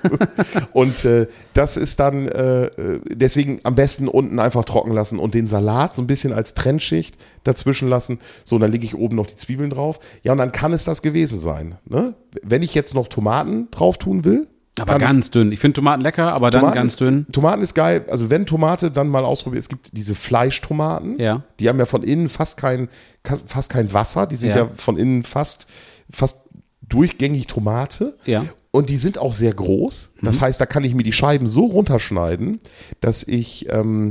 Und das ist dann deswegen am besten unten einfach trocken lassen und den Salat so ein bisschen als Trennschicht dazwischen lassen. So, und dann lege ich oben noch die Zwiebeln drauf. Ja, und dann kann es das gewesen sein. Ne? Wenn ich jetzt noch Tomaten drauf tun will. Aber ganz dünn. Ich finde Tomaten lecker, aber dann ganz dünn. Tomaten ist geil. Also wenn Tomate, dann mal ausprobieren. Es gibt diese Fleischtomaten. Ja. Die haben ja von innen fast kein Wasser. Die sind ja von innen fast durchgängig Tomate. Ja. Und die sind auch sehr groß. Das heißt, da kann ich mir die Scheiben so runterschneiden, dass die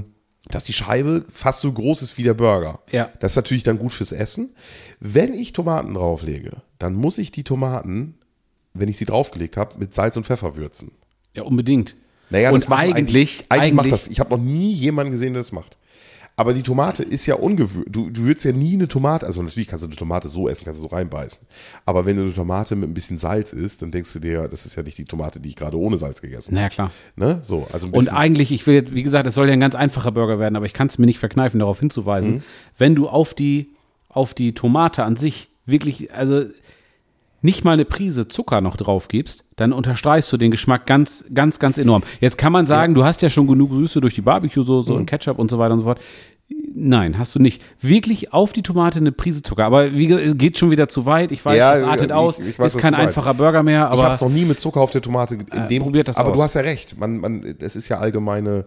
Scheibe fast so groß ist wie der Burger. Ja. Das ist natürlich dann gut fürs Essen. Wenn ich Tomaten drauflege, dann muss ich die Tomaten, wenn ich sie draufgelegt habe, mit Salz und Pfeffer würzen. Ja, unbedingt. Naja, und das macht eigentlich macht das. Ich habe noch nie jemanden gesehen, der das macht. Aber die Tomate ist ja ungewöhnlich. Du würdest ja nie eine Tomate, also natürlich kannst du eine Tomate so essen, kannst du so reinbeißen. Aber wenn du eine Tomate mit ein bisschen Salz isst, dann denkst du dir, das ist ja nicht die Tomate, die ich gerade ohne Salz gegessen habe. Na ja, klar. Ne? So, also ein Und bisschen. eigentlich, wie gesagt, es soll ja ein ganz einfacher Burger werden, aber ich kann es mir nicht verkneifen, darauf hinzuweisen, wenn du auf die Tomate an sich wirklich, also nicht mal eine Prise Zucker noch drauf gibst, dann unterstreichst du den Geschmack ganz, ganz, ganz enorm. Jetzt kann man sagen, du hast ja schon genug Süße durch die Barbecue-Soße und Ketchup und so weiter und so fort. Nein, hast du nicht. Wirklich auf die Tomate eine Prise Zucker. Aber es geht schon wieder zu weit. Ich weiß, das artet aus. Ich weiß, ist kein einfacher Burger mehr. Aber ich habe es noch nie mit Zucker auf der Tomate. Probiert das aber aus. Du hast ja recht. Es ist ja allgemeine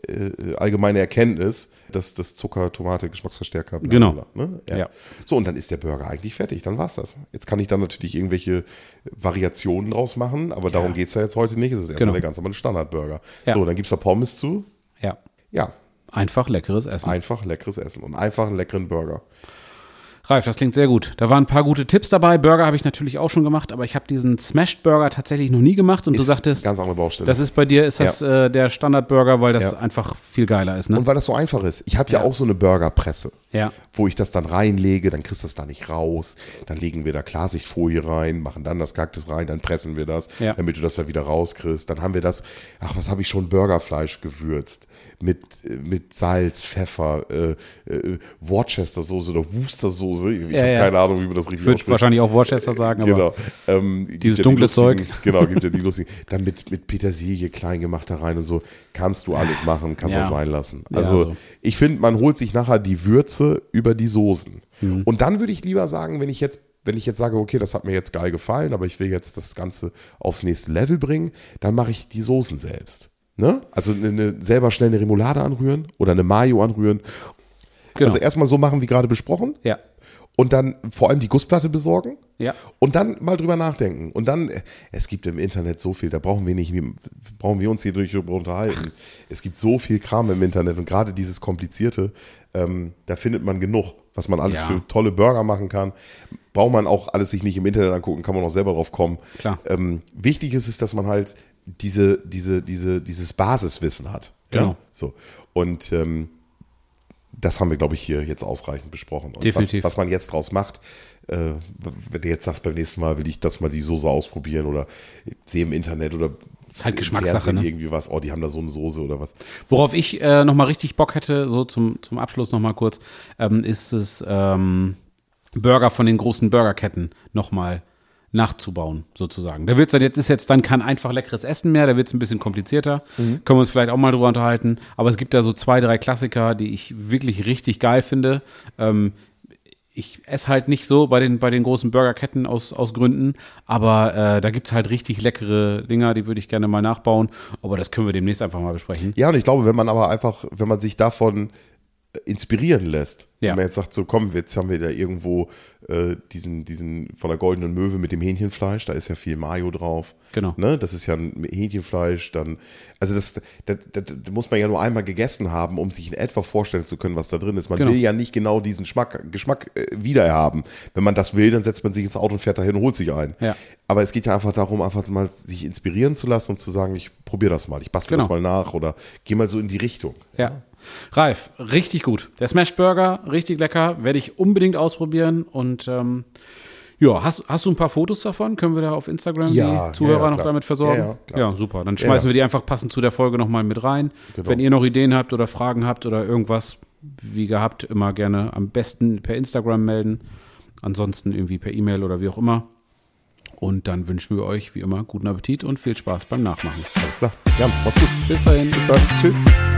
Erkenntnis, dass das Zucker, Tomate, Geschmacksverstärker, bla, Genau. bla, ne? Ja. So, und dann ist der Burger eigentlich fertig. Dann war's das. Jetzt kann ich dann natürlich irgendwelche Variationen draus machen, aber darum geht's ja jetzt heute nicht. Es ist erstmal der ganz normale Standardburger. Ja. So, dann gibt's da Pommes zu. Ja. Ja. Einfach leckeres Essen. Einfach leckeres Essen und einfach einen leckeren Burger. Ralf, das klingt sehr gut. Da waren ein paar gute Tipps dabei. Burger habe ich natürlich auch schon gemacht, aber ich habe diesen Smashed Burger tatsächlich noch nie gemacht. Und du sagtest, ganz andere Baustelle. das ist bei dir, ist das der Standardburger, weil das einfach viel geiler ist, ne? Und weil das so einfach ist. Ich habe ja auch so eine Burgerpresse, wo ich das dann reinlege, dann kriegst du das da nicht raus. Dann legen wir da Klarsichtfolie rein, machen dann das Kaktus rein, dann pressen wir das, damit du das da wieder rauskriegst. Dann haben wir das, was habe ich schon, Burgerfleisch gewürzt. Mit Salz, Pfeffer, Worcester-Soße oder Worcester-Soße. Ich habe keine Ahnung, wie man das richtig ausspricht. Ich würde wahrscheinlich auch Worcester sagen, aber dieses dunkle Zeug. Genau, gibt ja die lustigen. Dann mit Petersilie klein gemacht da rein und so. Kannst du alles machen, kannst auch sein lassen. Also ich finde, man holt sich nachher die Würze über die Soßen. Und dann würde ich lieber sagen, wenn ich jetzt sage, okay, das hat mir jetzt geil gefallen, aber ich will jetzt das Ganze aufs nächste Level bringen, dann mache ich die Soßen selbst. Ne? Also selber schnell eine Remoulade anrühren oder eine Mayo anrühren. Genau. Also erstmal so machen, wie gerade besprochen. Ja. Und dann vor allem die Gussplatte besorgen. Ja. Und dann mal drüber nachdenken. Und dann, es gibt im Internet so viel, da brauchen wir uns hier drüber unterhalten. Es gibt so viel Kram im Internet und gerade dieses Komplizierte, da findet man genug, was man alles für tolle Burger machen kann. Braucht man auch alles sich nicht im Internet angucken, kann man auch selber drauf kommen. Klar. Wichtig ist es, dass man halt dieses Basiswissen hat. Genau. Ja? So. Und das haben wir, glaube ich, hier jetzt ausreichend besprochen. Und definitiv. was man jetzt draus macht, wenn du jetzt sagst, beim nächsten Mal will ich das mal die Soße ausprobieren oder sehe im Internet oder ist halt Geschmackssache, ne? Irgendwie was, die haben da so eine Soße oder was. Worauf ich nochmal richtig Bock hätte, so zum Abschluss nochmal kurz, ist es Burger von den großen Burgerketten nochmal nachzubauen, sozusagen. Da wird's dann ist jetzt dann kein einfach leckeres Essen mehr, da wird es ein bisschen komplizierter. Können wir uns vielleicht auch mal drüber unterhalten. Aber es gibt da so 2, 3 Klassiker, die ich wirklich richtig geil finde. Ich esse halt nicht so bei den großen Burgerketten aus Gründen, aber da gibt's halt richtig leckere Dinger, die würde ich gerne mal nachbauen. Aber das können wir demnächst einfach mal besprechen. Ja, und ich glaube, wenn man sich davon inspirieren lässt. Ja. Wenn man jetzt sagt, so komm, jetzt haben wir da irgendwo diesen von der Goldenen Möwe mit dem Hähnchenfleisch, da ist ja viel Mayo drauf. Genau. Ne? Das ist ja ein Hähnchenfleisch, dann, also das muss man ja nur einmal gegessen haben, um sich in etwa vorstellen zu können, was da drin ist. Man will ja nicht genau diesen Geschmack wieder haben. Wenn man das will, dann setzt man sich ins Auto und fährt dahin und holt sich ein. Ja. Aber es geht ja einfach darum, einfach mal sich inspirieren zu lassen und zu sagen, ich probiere das mal, ich bastel das mal nach oder gehe mal so in die Richtung. Ja. Ralf, richtig gut. Der Smash Burger, richtig lecker, werde ich unbedingt ausprobieren. Und hast du ein paar Fotos davon? Können wir da auf Instagram die Zuhörer noch damit versorgen? Ja, super. Dann schmeißen wir die einfach passend zu der Folge nochmal mit rein. Genau. Wenn ihr noch Ideen habt oder Fragen habt oder irgendwas, wie gehabt, immer gerne am besten per Instagram melden. Ansonsten irgendwie per E-Mail oder wie auch immer. Und dann wünschen wir euch wie immer guten Appetit und viel Spaß beim Nachmachen. Alles klar. Ja, mach's gut. Bis dahin. Bis dann. Tschüss.